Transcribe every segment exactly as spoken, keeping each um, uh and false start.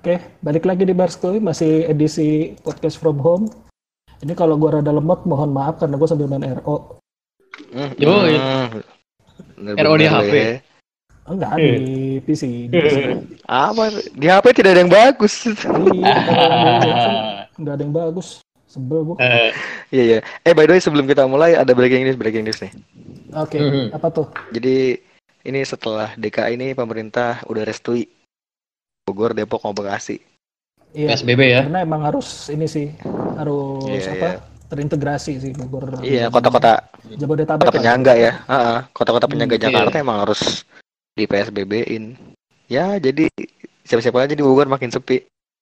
Oke, balik lagi di Barskoy, masih edisi podcast from home. Ini kalau gue rada lemot, mohon maaf karena gue sambil main R O. Hmm, Yo, hmm, R O di H P. ya. Enggak, di P C. Di P C. Apa? Di H P tidak ada yang bagus. Iya, kalau yang di handphone nggak ada yang bagus. Sebel gue. Eh, Iya iya. Eh by the way sebelum kita mulai ada breaking news breaking news nih. Oke, Mhm. apa tuh? Jadi ini setelah D K I ini pemerintah udah restui Bogor, Depok, sama Bekasi. Iya, P S B B ya. karena emang harus ini sih, harus Iya, apa? iya. Terintegrasi sih Bogor. Iya, kota-kota Jabodetabek. kota lah. penyangga ya. Heeh, kota-kota penyangga Hmm, Jakarta iya. emang harus di P S B B-in. Ya, jadi siapa-siapa aja di Bogor makin sepi.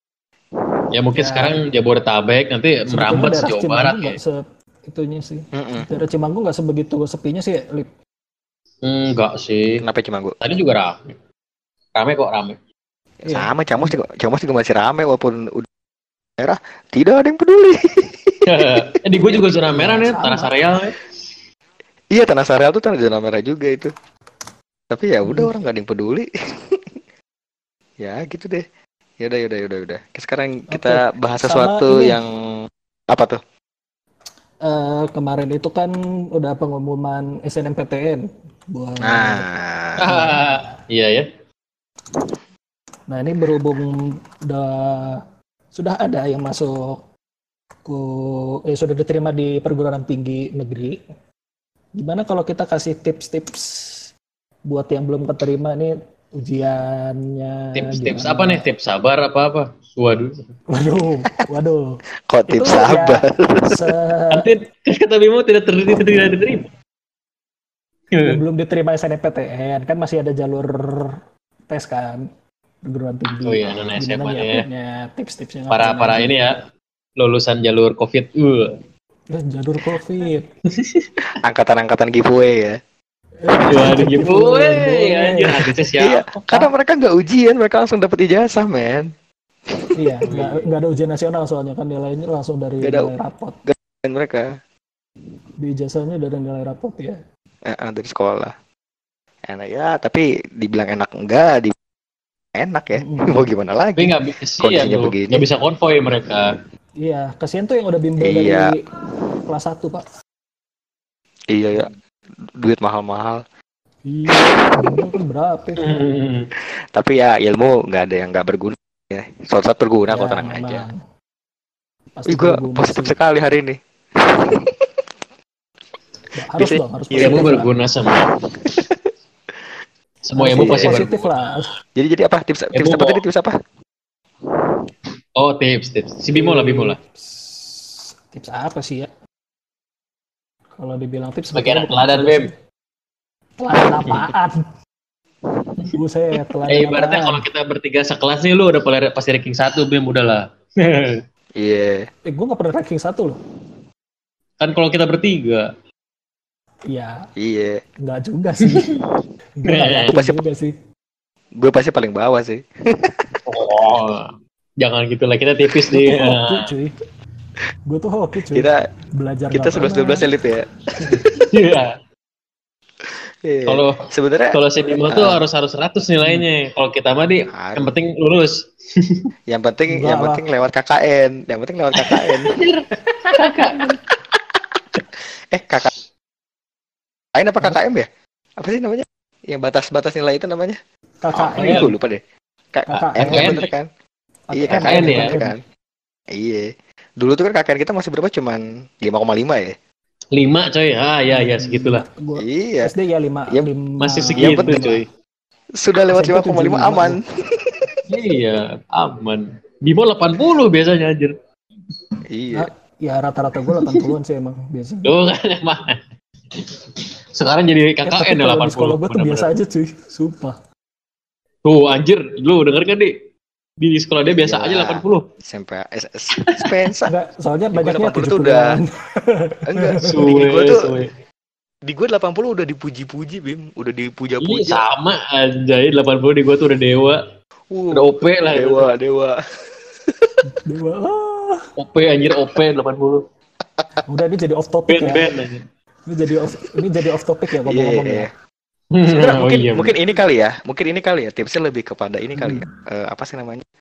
Ya mungkin Ya. sekarang Jabodetabek nanti Sebetulnya merambat daerah sejauh Cimanggu barat ya. nggak se itunya sih. Mm-mm. Daerah Cimanggu nggak sebegitu sepinya sih, Lip. Enggak sih. Kenapa Cimanggu? Tadi juga rame. Rame kok rame. Iya. Sama Camus juga, Camus juga masih rame walaupun udah merah, tidak ada yang peduli. eh di gue juga zona merah nih, Sama. Tanah Sareal ya. Iya, Tanah Sareal tuh tanah zona merah juga itu. Tapi ya udah Hmm. orang nggak ada yang peduli. Ya gitu deh. Ya udah, ya udah, ya udah, udah. Sekarang kita bahas Sama sesuatu ini. yang apa tuh? Eh, kemarin itu kan udah pengumuman S N M P T N buat. Nah, Ah, iya ya. Nah ini berhubung udah sudah ada yang masuk ke eh sudah diterima di perguruan tinggi negeri. Gimana kalau kita kasih tips-tips buat yang belum keterima nih ujiannya? Tips-tips gimana? apa nih? Tips sabar apa-apa? Waduh. Waduh, waduh. kok tips Itu sabar? ya, se- Nanti kata Bimo tidak ter- tidak diterima. yang belum diterima S N M P T N kan masih ada jalur tes kan perguruan tinggi. Oh iya, non S M A Gimana ya. nyiapinnya, tips-tipsnya Para ngapain para aja? ini ya lulusan jalur Covid. Uh. Eh, jalur COVID. Angkatan-angkatan giveaway ya. Waduh giveaway anjir habisnya Iya, siapa? karena mereka nggak ujian, mereka langsung dapat ijazah, men. Iya, nggak nggak ada ujian nasional soalnya kan nilainya langsung dari Nggak ada. nilai rapot. Dan mereka Di ijazahnya dari nilai rapot ya. eh, eh, dari sekolah. Enak ya, tapi dibilang enak enggak, di enak ya. Mm-mm. Mau gimana lagi? Tapi nggak bisa ya Kondisinya tuh, begini. nggak bisa konvoy mereka. Iya, kasihan tuh yang udah bimbel Iya. dari kelas satu, Pak. Iya ya, duit mahal-mahal. Iya, bimbel kan berapa? ya? Tapi ya ilmu nggak ada yang nggak berguna ya. Suatu saat berguna kok, tenang memang. aja. Pasti Ih, gue berguna positif sih. sekali hari ini. Harus Biasanya- dong, harus Iya, Ilmu positif lah. berguna semua. Semua Harus ilmu Iya, pasti iya. positif berguna. lah. Jadi jadi apa tips tips Ilmu apa mau- tadi tips apa? Oh tips tips. Si Bimo lah Bimo lah. Tips, tips apa sih ya? Kalau dibilang tips Sebagai anak sebetulnya teladan bukan Bem. tips sih. Teladan apaan? Buset, teladan Eh ibaratnya apaan? kalau kita bertiga sekelas nih lu udah paling pasti ranking satu Bem udahlah. Iya. Eh, gue gak pernah ranking satu loh. Kan kalau kita bertiga. Iya, Iya. enggak juga sih. Enggak, enggak yakin Pasti- juga sih. Gue pasti paling bawah sih. Oh, jangan gitu lah kita tipis Gue nih. tuh hoki cuy. Gue tuh hoki cuy. Kita Belajar kita nggak sebelas dua belas pernah. elit ya. Iya. Iya. Kalau Sebenarnya kalau si Bimo tuh Ah. harus harus seratus nilainya. Kalau kita mah di Harus. yang penting lulus. yang penting Enggak yang lah. penting lewat K K N, yang penting lewat K K N. eh K K N apa K K M ya? Apa sih namanya? Yang batas-batas nilai itu namanya? K K Apa N. ya? Gue lupa deh. K K K M N. kan bener kan? Iya K K N K K N ya? bener kan? Iya. Dulu tuh kan K K N kita masih berapa? Cuman lima koma lima ya? Lima coy. Ah ya ya segitulah. Gua Iya. S D ya lima. Ya, lima Masih Yang segitu penting- coy. Sudah lewat S M P lima koma lima tujuh puluh lima, aman. Iya, aman. Bimo delapan puluh biasanya anjir. Iya. Ya rata-rata gue delapan puluhan sih emang biasanya. Tuh kan emang. Sekarang jadi Eh, K K tapi N ya kalau delapan di sekolah puluh. gue tuh biasa aja cuy, sumpah. Tuh anjir, lu denger kan di di sekolah dia biasa Iya. aja delapan puluh. Sampai S S Spensa. Enggak, soalnya Di gua banyaknya delapan puluh tujuh tuh puluhan. Enggak. Di Suwe, gua tuh suwe. di gua delapan puluh udah dipuji-puji, Bim. Udah Iya dipuja-puja. sama anjay delapan puluh di gua tuh udah dewa. Uh, Udah O P lah. dewa, dewa. Dewa. Ah. O P anjir O P delapan puluh. Udah ini jadi off topic ya. Ben-ben anjir. Ini jadi off ini jadi off topic ya Iya, ngomong-ngomong iya. ya. Sebenarnya Oh mungkin iya, mungkin ini kali ya, mungkin ini kali ya tipsnya lebih kepada ini kali ya. Hmm. Eh, apa sih namanya?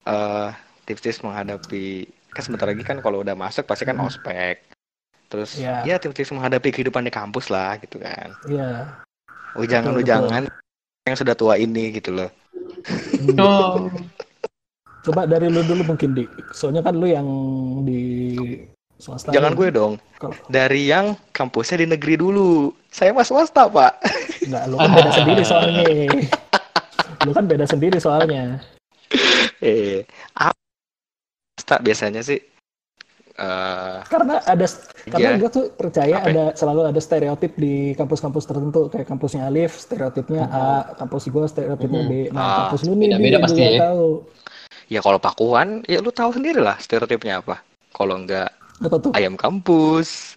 eh tips-tips menghadapi, kan sebentar lagi kan kalau udah masuk pasti kan Hmm. ospek. Terus Iya. ya tips-tips menghadapi kehidupan di kampus lah gitu kan. Iya. Oh jangan Betul, lu betul. jangan yang sudah tua ini gitu loh. Hmm. Oh. Coba dari lu dulu mungkin, Dik. Soalnya kan lu yang di swasta. Jangan nih. gue dong. Kalau Dari yang kampusnya di negeri dulu. Saya mah swasta, Pak. enggak, lu kan beda sendiri soalnya nih. Lu kan beda sendiri soalnya. eh, apa swasta biasanya sih? eh Karena ada karena Iya. gue tuh percaya Apa? ada selalu ada stereotip di kampus-kampus tertentu, kayak kampusnya Alif stereotipnya A, kampus gue stereotipnya B. Nah, Ah, kampus lu nih beda-beda Bi, pasti gue nggak ya. tahu. ya kalau Pakuan, ya lu tahu sendiri lah stereotipnya apa. Kalau enggak Apa tuh? ayam kampus,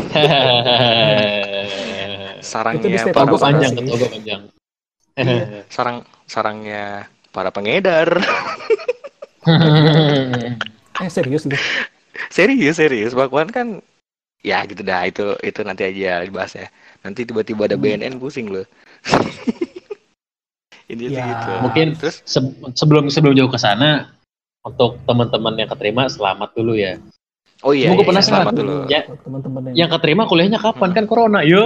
Itu di sarangnya setiap para Ketua gue kampus panjang, sih. ketua gue panjang. sarang sarangnya para pengedar. Eh serius gitu. Serius, serius. Pakuan kan ya gitu dah, itu itu nanti aja dibahas ya. Nanti tiba-tiba ada Hmm. B N N pusing loh. Ini tuh Ya. gitu. Mungkin Terus se- sebelum sebelum jauh ke sana, untuk teman-teman yang keterima selamat dulu ya. oh iya, Gue iya, penasaran. selamat dulu. Ya. Teman-teman Yang keterima kuliahnya kapan kan corona? Yo.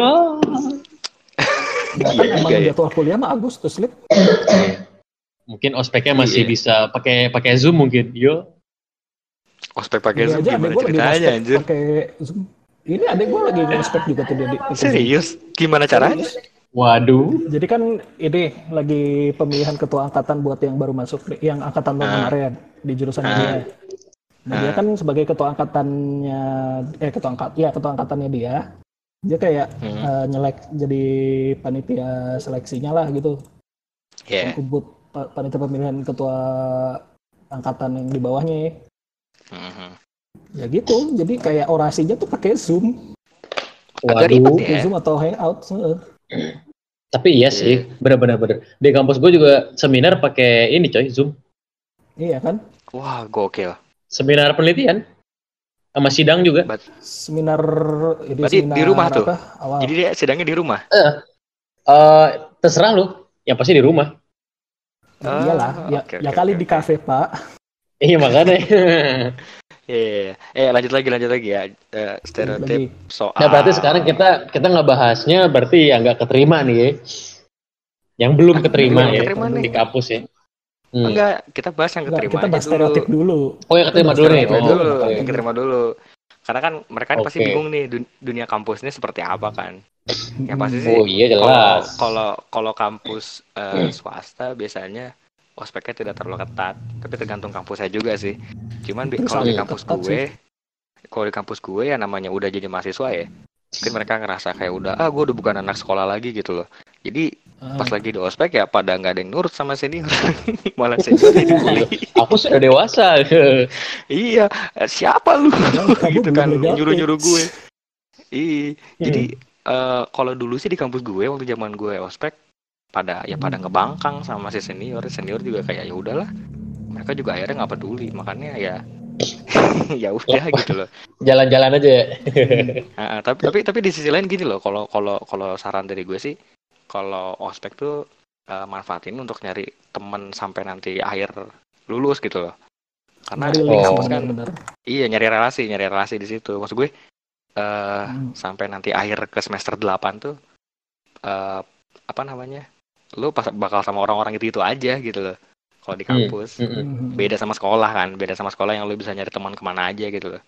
Ya, kan Iya emang juga ya. jadwal kuliah mah Agustus, Lip. Mungkin ospeknya masih Iya. bisa pakai pakai Zoom mungkin. Yo. Ospek pakai Ini Zoom aja adek gimana gue lagi ceritanya ngospek anjir? pakai Zoom. Ini adek gue lagi ngospek juga tuh dia di pakai Zoom. Serius? Gimana caranya? Waduh. Jadi kan ini lagi pemilihan ketua angkatan buat yang baru masuk, yang angkatan tahun Ah. kemarin di jurusannya Ah. dia. Nah, dia Ah. kan sebagai ketua angkatannya, eh ketua angkat, ya ketua angkatannya dia. Dia kayak Hmm. eh, nyelek jadi panitia seleksinya lah gitu. Ya. Kumpul pa- panitia pemilihan ketua angkatan yang di bawahnya ya. Mhm. Ya gitu. Jadi kayak orasinya tuh pakai Zoom, Agak ribet Waduh. ya. pakai Zoom atau Hangout. Heeh. Tapi iya sih, bener-bener bener. Di kampus gue juga seminar pakai ini coy, Zoom. Iya kan? Wah, gokil. Seminar penelitian. Sama sidang juga. Seminar ini Berarti seminar di rumah tuh? apa? Awal. Jadi dia sidangnya di rumah. Eh, terserah lu. Yang pasti di rumah. Ya, Ah, iyalah, ya, oke, ya oke, kali oke, di oke. kafe Pak. Iya makanya. Iya. Eh lanjut lagi, lanjut lagi ya. Eh, stereotip Lagi. soal. Nah berarti sekarang kita kita ngebahasnya berarti yang nggak keterima nih ya. Yang belum Ah, keterima belum ya keterima nih. di kampus ya. Hmm. Enggak, kita bahas yang Enggak, keterima kita aja bahas dulu. stereotip dulu. Oh yang keterima dulu nih. Keterima Oh, dulu, oke. yang keterima dulu. Karena kan mereka kan pasti Oke. bingung nih dun- dunia kampus ini seperti apa kan. Yang pasti sih Oh iya kalau jelas. kalau kalau kampus eh, swasta biasanya ospeknya tidak terlalu ketat, tapi tergantung kampusnya juga sih. Cuman bi- Terus kalau di sangat kampus ketat gue, kalau di kampus gue ya namanya udah jadi mahasiswa ya, mungkin mereka ngerasa kayak udah ah gue udah bukan anak sekolah lagi gitu loh. Jadi Ah, pas lagi di ospek ya pada nggak ada yang nurut sama senior, malah senior yang dibully. Aku sudah dewasa. Iya, eh, siapa lu? Padahal kamu gitu belum kan legal nyuruh-nyuruh age. gue. Iya, jadi eh, kalau dulu sih di kampus gue waktu zaman gue ospek pada ya pada ngebangkang sama si senior, senior juga kayak ya udahlah. Mereka juga akhirnya nggak peduli, makanya ya ya udah gitu loh. Jalan-jalan aja ya. Nah, tapi tapi tapi di sisi lain gini loh, kalau kalau kalau saran dari gue sih, kalau ospek tuh eh, manfaatin untuk nyari temen sampai nanti akhir lulus gitu loh. Karena Nyari di link sih, kampus kan benar-benar. iya nyari relasi, nyari relasi di situ. Maksud gue eh Hmm. sampai nanti akhir ke semester delapan tuh eh apa namanya? Lu pas bakal sama orang-orang itu itu aja gitu loh. Kalau di kampus. Hmm, hmm. Hmm. Beda sama sekolah kan, beda sama sekolah yang lu bisa nyari teman kemana aja gitu loh.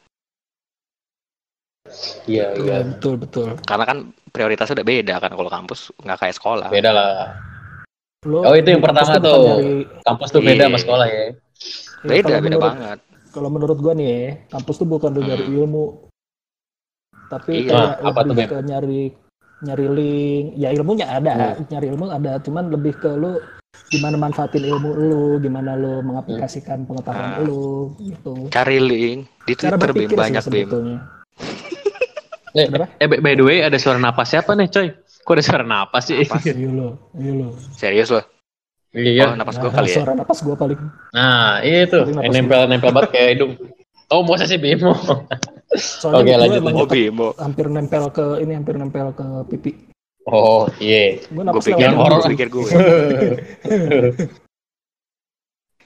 Iya Gitu. iya. Iya, betul betul. Karena kan prioritasnya udah beda kan kalau kampus nggak kayak sekolah. Beda lah. Lo Oh, itu yang di kampus pertama bukan tuh. nyari- Kampus tuh beda Iya. sama sekolah ya. ya, Beda, kalau beda menurut, banget. Kalau menurut gua nih, ya, kampus tuh bukan lu nyari Hmm. ilmu, tapi Iya. kayak Ah, apa tuh, lebih Beb? ke nyari nyari link. Ya ilmunya ada, Hmm. nyari ilmu ada, cuman lebih ke lu gimana manfaatin ilmu lu, gimana lu mengaplikasikan pengetahuan Ah. lu gitu. Cari link di Cara Twitter Bim, berpikir sih banyak Bim. sebetulnya. Eh, Kenapa? eh, by the way ada suara napas siapa nih coy? Kok ada suara napas sih? Napas. Iya lo, iya lo. Serius loh. Iya. Oh, napas gue Nah, kali ya. suara napas gua paling. Nah itu Paling napas yang nempel-nempel banget kayak hidung. Oh mau saya sih Bimo. Soalnya Oke, gua lanjut, emang Oh deket- Bimo. hampir nempel ke ini, hampir nempel ke pipi. Oh iya. Gua Gue napas pikir, lewat horor. gue pikir gue.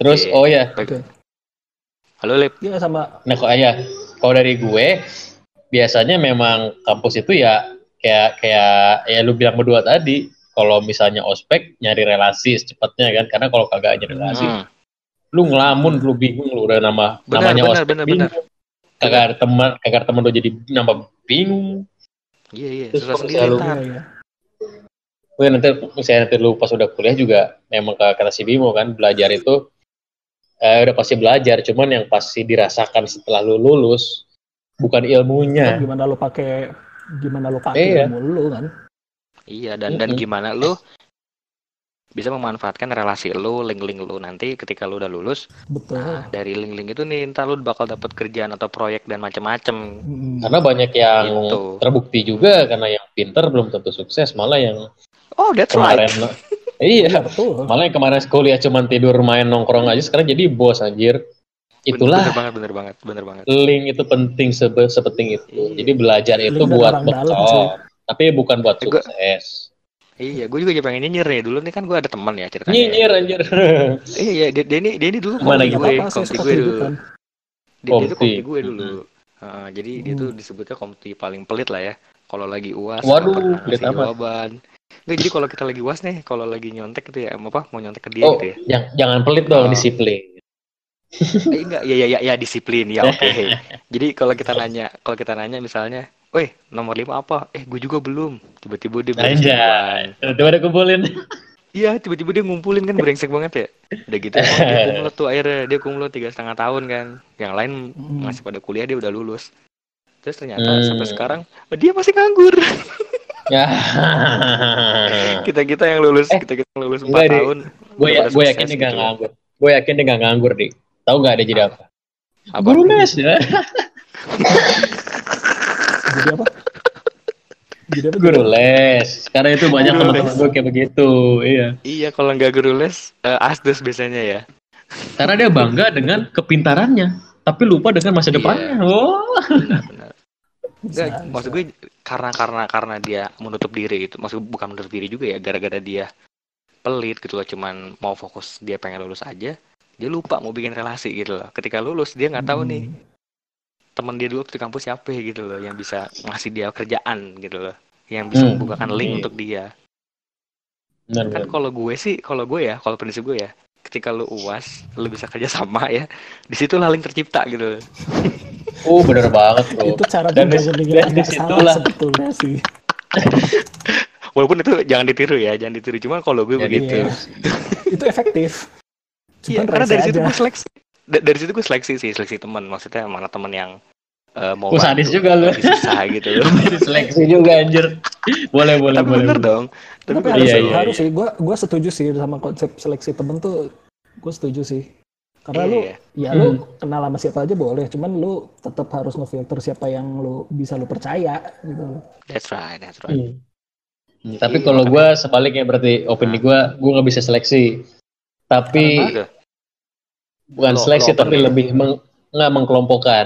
Terus Iya. oh ya, Oke. Halo Lip. Iya. Ya sama. nah kok ya, kalau dari gue biasanya memang kampus itu ya kayak kayak ya lu bilang berdua tadi, kalau misalnya ospek nyari relasi secepatnya kan, karena kalau kagak nyari relasi, Hmm. lu ngelamun, lu bingung, lu udah nama Benar, namanya benar, ospek benar, bingung, benar. kagak ada teman, kagak ada teman lu jadi nambah bingung. Iya, iya, Terus susah kalau sendiri misalnya lu- ntar. Iya, iya. Gue nanti misalnya nanti lu pas udah kuliah juga memang ke kata si Bimo kan, belajar itu eh, udah pasti belajar, cuman yang pasti dirasakan setelah lu lulus bukan Tetap ilmunya. gimana lu pakai gimana lu pakai Iya. ilmu lu kan. Iya, dan dan Mm-mm. gimana lu bisa memanfaatkan relasi lu, link-link lu nanti ketika lu udah lulus. Betul. Nah, dari link-link itu nih ntar lu bakal dapat kerjaan atau proyek dan macam-macam. Mm. Karena banyak yang Gitu. terbukti juga, karena yang pinter belum tentu sukses, malah yang Oh, that's right. kemarin iya, Iya, betul. malah yang kemarin kuliah cuman tidur main nongkrong aja sekarang jadi bos anjir. Itulah Bener banget, bener banget, bener banget. link itu penting sebe- sepenting itu. Iya. Jadi belajar itu Link dan buat orang dalam bekal, sih. tapi bukan buat Eh, gua- sukses. Iya, gue juga pengen nyinyir nih. Dulu nih kan gue ada teman ya ceritanya. Nyinyir anjir. Iya, dia, dia ini dia ini dulu Mana kompi gitu? gue, Apa-apa, saya kompi suka gue dulu. kehidupan. Dia, dia tuh Kompi. kompi gue dulu. Uh, jadi dia Hmm. tuh disebutnya kompi paling pelit lah ya. Kalau lagi UAS Waduh, nggak pernah pelit ngasih amat. jawaban. Nggak, jadi kalau kita lagi UAS nih, kalau lagi nyontek gitu ya, apa mau nyontek ke dia Oh, gitu ya. yang, jangan pelit dong, Oh. disiplin. Eh, enggak, ya ya ya, ya disiplin ya, oke. Jadi kalau kita nanya, kalau kita nanya misalnya, "Weh, nomor lima apa?" "Eh, gue juga belum." Tiba-tiba dia balas duluan. Anjay. Tiba-tiba ada kumpulin. Iya, tiba-tiba dia ngumpulin kan, brengsek banget ya. Udah gitu emang dia kumlot tuh akhirnya, dia kumlot tiga setengah tahun kan. Yang lain Hmm. masih pada kuliah, dia udah lulus. Terus ternyata Hmm. sampai sekarang oh, dia masih nganggur. Ya. kita kita yang lulus, Eh, kita kita yang lulus enggak, empat Di. tahun. Gue udah ya, pada gue sukses yakin dia gitu gak loh. nganggur. Gue yakin dia gak nganggur, Di. Tahu gak dia jadi apa? Apa? Guru les ya. Jadi apa? Jadi apa? Guru les. Karena itu banyak Guru teman-teman les. gue kayak begitu. Iya. Iya, kalau nggak guru les, eh, asdos biasanya ya. Karena dia bangga dengan kepintarannya, tapi lupa dengan masa Iya. depannya. Oh. Benar-benar. Bisa, Nggak, maksud gue karena karena karena dia menutup diri itu, maksud bukan menutup diri juga ya, gara-gara dia pelit gitu loh, cuman mau fokus dia pengen lulus aja, dia lupa mau bikin relasi gitu loh. Ketika lulus dia nggak tahu nih teman dia dulu di kampus siapa gitu loh, yang bisa ngasih dia kerjaan gitu loh, yang bisa Hmm, membukakan link iya. untuk dia. Benar, Kan benar. kalau gue sih, kalau gue ya, kalau prinsip gue ya, ketika lu UAS, lu bisa kerja sama ya, di situ lah link tercipta gitu. Oh, benar banget, Bro. Itu cara Dan di- menggabungin dan agak disitulah- salah sebetulnya sih. Walaupun itu jangan ditiru ya, jangan ditiru. Cuma kalau gue Ya, begitu. Iya. Itu efektif. Iya, Cuman karena rese dari situ aja. gue seleksi. Da- dari situ gue seleksi sih, seleksi teman. Maksudnya mana teman yang eh, mau Oh, sadis bantu, juga lu. lagi susah gitu loh. Seleksi juga anjir. Boleh, boleh, Tapi boleh. bener dong. Tapi Tapi bener harus, Iya, sih, iya, harus iya. sih. Gue gue setuju sih sama konsep seleksi temen tuh. Gue setuju sih. Karena lu, Iya. ya Hmm. lu kenal sama siapa aja boleh. Cuman lu tetap harus ngefilter siapa yang lu bisa lu percaya gitu. That's right, that's right. Hmm. Hmm, Tapi Iya, kalau makanya- gue sebaliknya berarti opini gue, gue nggak bisa seleksi. Tapi Gitu. bukan Lo- seleksi, lo open tapi gitu. lebih meng, nggak mengkelompokkan.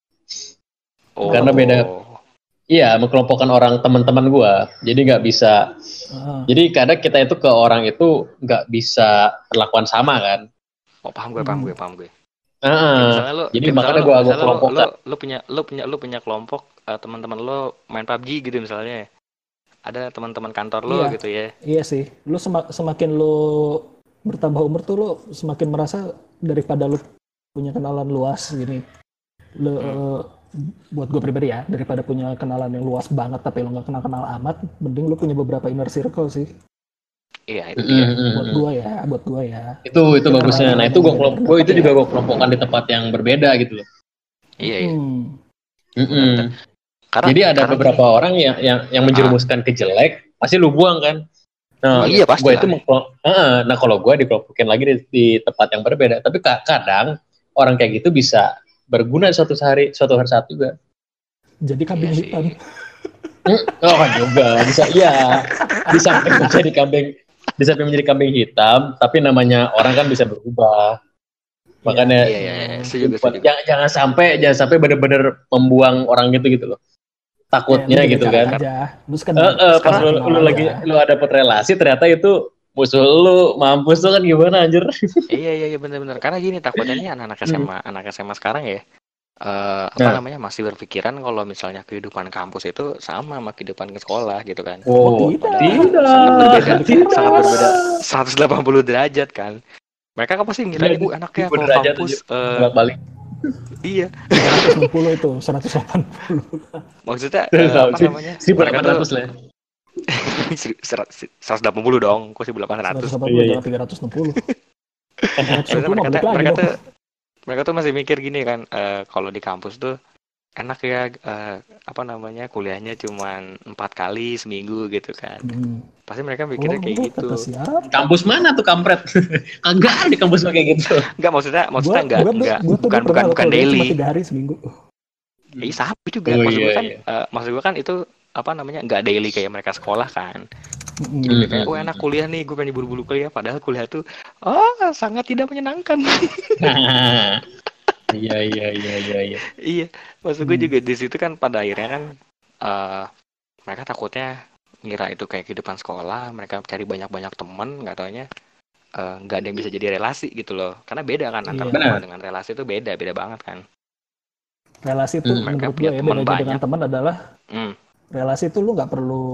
Oh. Karena beda. Iya, mengkelompokkan orang teman-teman gue. Jadi nggak bisa. Ah, Jadi kadang kita itu ke orang itu nggak bisa perlakuan sama kan. Oh, paham gue, paham gue, paham gue. Ah, Kayak misalnya lo, jadi kayak makanya misalnya gue lo- agak misalnya lo, kelompokkan. lo, lo punya, lo punya, lo punya kelompok eh, teman-teman lo main P U B G gitu misalnya. Ada teman-teman kantor lo Iya. gitu ya. iya sih. Lu sema- semakin lu bertambah umur tuh lu semakin merasa daripada lu punya kenalan luas gini. Lu, Hmm. eh, buat gue pribadi ya, daripada punya kenalan yang luas banget tapi lu nggak kenal-kenal amat, mending lu punya beberapa inner circle sih. Iya, itu Mm, dia. mm, mm, Buat mm. gue ya, buat gue ya. Itu itu Itu bagusnya. karena Nah itu gue beda kelompok, pendapat itu ya. juga gue kelompokkan di tempat yang berbeda gitu loh. Iya, iya. Hmm. Mm-mm. Karena, Jadi ada karena beberapa orang yang yang yang menjerumuskan ke jelek, pasti lu buang kan. Nah, Oh, iya, pasti gue lah. itu mengkelom- Heeh, nah kalau gue dikelompokin lagi di, di tempat yang berbeda. Tapi ka- kadang orang kayak gitu bisa berguna suatu hari, suatu hari saat juga. Jadi kambing Iya sih. hitam. Hmm, Oh kan juga bisa, iya. Di samping menjadi kambing, di samping menjadi kambing hitam, tapi namanya orang kan bisa berubah. Makanya Iya, iya, iya. Setuju, setuju. jangan, jangan sampai jangan sampai benar-benar membuang orang gitu gitu loh. Takutnya Kayak lu gitu jaga kan. aja. Lu Eh, sekedar, eh, pas sekedar lu, kenal lu aja. lagi lu ada dapet relasi ternyata itu musuh lu mampus tuh kan gimana anjir. Iya iya iya benar-benar. Karena gini takutnya nih anak-anak S M A, anak S M A sekarang ya. eh apa Nah. namanya masih berpikiran kalau misalnya kehidupan kampus itu sama sama kehidupan ke sekolah gitu kan. Oh, tidak. tidak. Sangat berbeda, Tidak. sangat berbeda seratus delapan puluh derajat kan. Mereka kan pasti ngira Iya, uh anaknya tipe kalau derajat kampus aja, eh, bolak-balik. iya. seratus enam puluh itu, seratus delapan puluh. Maksudnya eh, apa namanya? seribu Mereka delapan tuh ratus lah. seratus delapan puluh dong, kok seribu delapan ratus. seratus delapan Iya, puluh iya. jangan tiga ratus enam puluh. Maksudnya mereka tuh, mereka tuh mereka tuh masih mikir gini kan, eh, kalau di kampus tuh enak ya, eh, apa namanya kuliahnya cuman empat kali seminggu gitu kan. Hmm. Pasti mereka mikirnya Oh, kayak gitu. kata siapa? Kampus mana tuh kampret? Kagak ada di kampus kayak gitu. Enggak maksudnya, maksudnya Gua- enggak gua- enggak gua tuh bukan dulu bukan pernah bukan kuliah cuma daily. tiga hari seminggu. Iya sapi juga. Oh, Maksud gue iya, kan, iya. eh, maksud gue kan itu apa namanya nggak daily kayak mereka sekolah kan. Mm-mm. Jadi Hmm. kayak, oh enak kuliah nih, gue pengen buru-buru kuliah. Padahal kuliah tuh, oh sangat tidak menyenangkan. Iya iya iya iya iya. Iya, maksud gue Hmm. juga di situ kan pada akhirnya kan eh mereka takutnya ngira itu kayak kehidupan sekolah, mereka cari banyak-banyak temen, nggak taunya eh, nggak ada yang bisa jadi relasi gitu loh. Karena beda kan antara Iya. sekolah Benar. dengan relasi itu beda, beda banget kan. Relasi itu Hmm. Mereka menurut punya gue ya teman bedanya dengan banyak. teman adalah Hmm, relasi itu lu nggak perlu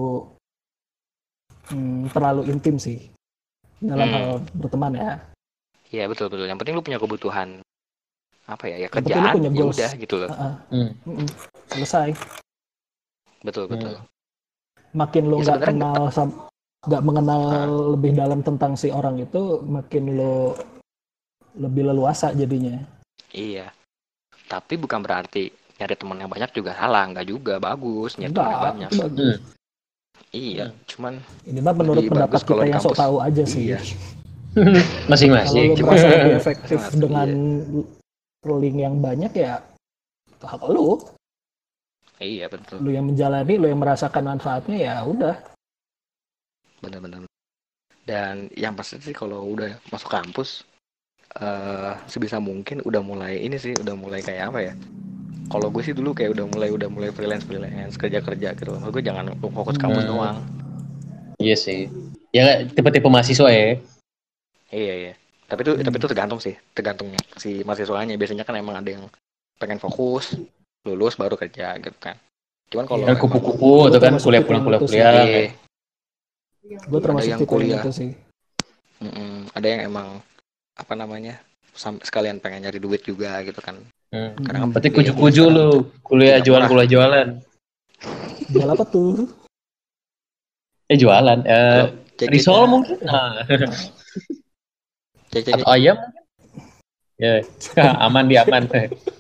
hmm, terlalu intim sih dalam Hmm. hal berteman ya. iya betul betul. Yang penting lu punya kebutuhan apa ya, ya Yang penting lu kerjaan, punya ya goals. udah gitu loh. Uh-uh. Hmm. Mm-mm. Selesai. Betul betul. Makin lu Ya, nggak sebenarnya kenal sam- nggak mengenal Ah. lebih dalam tentang si orang itu, makin lu lebih leluasa jadinya. Iya. Tapi bukan berarti nyari teman yang banyak juga salah, nggak juga bagus nyari teman yang Enggak, banyak. itu bagus. Hmm. Iya, cuman Ini mah menurut Lebih pendapat bagus kalau kita di yang sok kampus. tahu aja sih. Iya. Kalau Masing-masing. lu merasa lebih efektif Masing-masing, dengan link yang banyak ya itu hak lu. iya betul, Lu yang menjalani, lu yang merasakan manfaatnya ya udah. benar-benar. Dan yang pasti sih kalau udah masuk kampus, eh sebisa mungkin udah mulai ini sih, udah mulai kayak apa ya? Kalau gue sih dulu kayak udah mulai udah mulai freelance freelance kerja kerja gitu. Maksud gue jangan fokus kampus Hmm. doang. Iya sih. Ya tipe-tipe mahasiswa ya. Iya iya. Tapi itu Hmm. tapi itu tergantung sih, tergantung si mahasiswanya. Biasanya kan emang ada yang pengen fokus, lulus baru kerja gitu kan. Cuman kalau Dan emang- kupu-kupu Gua itu kan termasuk kuliah tipe pulang yang kuliah itu sih. kuliah. Iya. Gue termasuk Ada yang tipe yang kuliah. itu sih. Mm-mm. Ada yang emang apa namanya sam- sekalian pengen nyari duit juga gitu kan. Hmm. Karena kan Berarti kuliah kuju-kuju sekarang lu kuliah tidak jualan murah. kuliah jualan. Jual apa tuh? Eh jualan. Eh Kalau cek- risol cek- mungkin. Nah. cek- cek- Atau ayam. Ya. Aman di aman.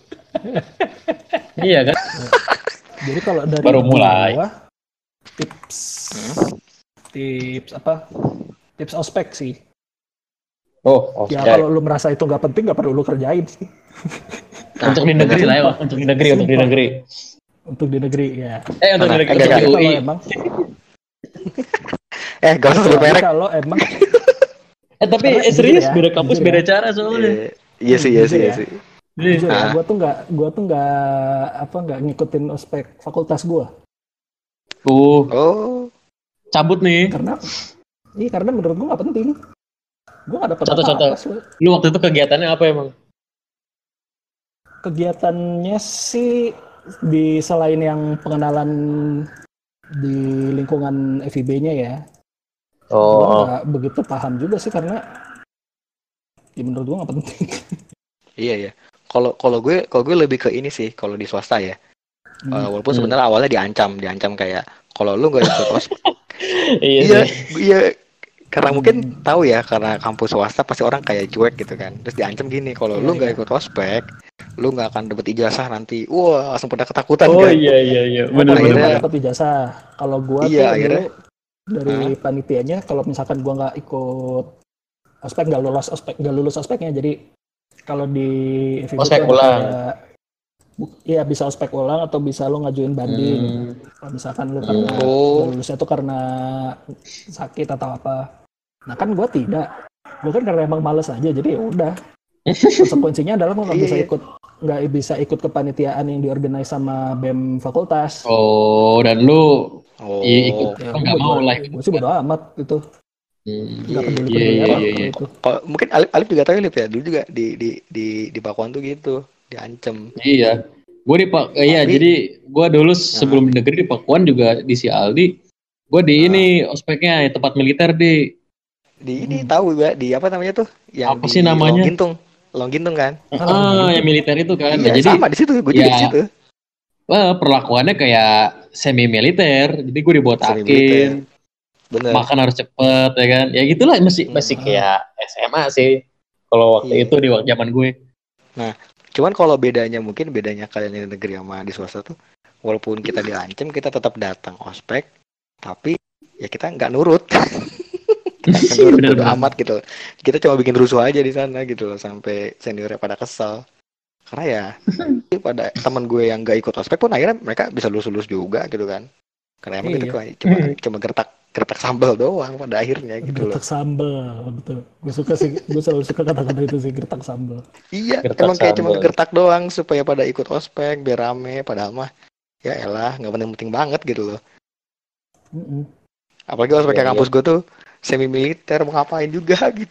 Iya kan? Jadi kalau dari Baru mulai. gua, tips Hmm? tips apa? Tips ospek sih. Oh, Ya oke. kalau lu merasa itu nggak penting nggak perlu lu kerjain sih. Nah, Untuk di negeri lah ya, Pak. Untuk di negeri, untuk di Sumpah. negeri. Untuk di negeri ya. Eh, untuk di Mana? negeri, Enggak, untuk Tapi di U I. kalau emang Eh, gak usah sebut kecuali merek. kalau emang Eh, tapi Karena eh, serius, jujur ya, beda kampus, jujur beda ya. cara soalnya. Iya, iya sih, iya Jujur sih, iya ya. sih. jujur ya, Ah. gua tuh nggak gua tuh nggak apa nggak ngikutin ospek fakultas gua Tuh, Oh, cabut nih. karena iya karena menurut gua nggak penting. Gua nggak dapat Contoh-contoh. apa-apa. Su. Lu waktu itu kegiatannya apa emang? Kegiatannya sih di selain yang pengenalan di lingkungan F I B-nya ya, gua Oh, nggak begitu paham juga sih karena ya menurut gua nggak penting. iya iya. Kalau kalau gue kalau gue lebih ke ini sih kalau di swasta ya. Hmm. Eh, walaupun Hmm. sebenarnya awalnya diancam, diancam kayak kalau lu nggak ikut ospek. iya Iya, sih. iya. Karena mungkin tahu ya karena kampus swasta pasti orang kayak cuek gitu kan. Terus diancam gini, kalau Iya, lu nggak iya. ikut ospek, lu nggak akan dapet ijazah nanti. Wah, langsung pada ketakutan Oh kan. iya iya iya, Gua benar kalau benar. Akhirnya- nggak dapat ijazah. Kalau gua Iya, tuh akhirnya. dulu dari panitianya kalau misalkan gua nggak ikut ospek nggak lulus ospek nggak lulus ospeknya jadi kalau di F I B Ospek tuh ada ulang. kayak- bu- Iya bisa ospek ulang atau bisa lo ngajuin banding. Hmm. Kalau misalkan lu karena Oh. nggak lulusnya tuh karena sakit atau apa. Nah kan gua tidak. Gua kan karena emang males aja jadi ya udah. Konsekuensinya adalah gua nggak Iya, bisa iya. ikut nggak bisa ikut kepanitiaan yang diorganize sama B E M fakultas. Oh, dan lu Oh. i- ikut Ya, oh, nggak gua mau bodo- lah. Gue sih bodo amat gitu. Hmm. Nggak peduli Iya, peduli iya, apa iya, kalau iya. itu. Kalau mungkin Alif, Alif juga tahu Alif ya, dulu juga di di di di Pakuan tuh gitu, diancem. Iya. Gue di Pak, eh, iya Tapi, jadi gue dulu nah, sebelum di negeri di Pakuan juga di si Aldi. Gue di nah, ini ospeknya di tempat militer di di ini Hmm. tahu ya, di apa namanya tuh, yang apa sih di namanya? Longgintung, Longgintung kan? Ah, Long Ah, gitu. yang militer itu kan. Nah, Iya, jadi sama di situ, gue juga di ya situ, eh, perlakuannya kayak semi militer. Jadi gue semi dibotakin, militer, bener. makan harus cepet ya kan. Ya gitulah masih Hmm. masih Ah, kayak S M A sih. Kalau waktu Iya. itu di waktu zaman gue. Nah, cuman kalau bedanya mungkin bedanya kalian yang di negeri sama di swasta tuh, walaupun kita diancam, kita tetap datang ospek, tapi ya kita nggak nurut. Kita nggak nurut, bodo Bener-bener. amat gitu. Kita cuma bikin rusuh aja di sana gitu loh, sampai seniornya pada kesel. Karena ya, pada teman gue yang nggak ikut ospek pun akhirnya mereka bisa lulus-lulus juga gitu kan. Karena emang Iya. kita cuma cuma, cuma gertak gertak sambal doang pada akhirnya gitu loh. gertak sambal, betul. Gue suka sih, gue selalu suka kata-kata itu sih, gertak sambal. Iya, Gertak emang kayak cuma sambal. gertak doang supaya pada ikut ospek, biar rame. Padahal mah ya elah, nggak penting-penting banget gitu loh. Mm-mm. Apalagi ospek Iya, kayak iya. kampus gue tuh semi militer, mau ngapain juga gitu.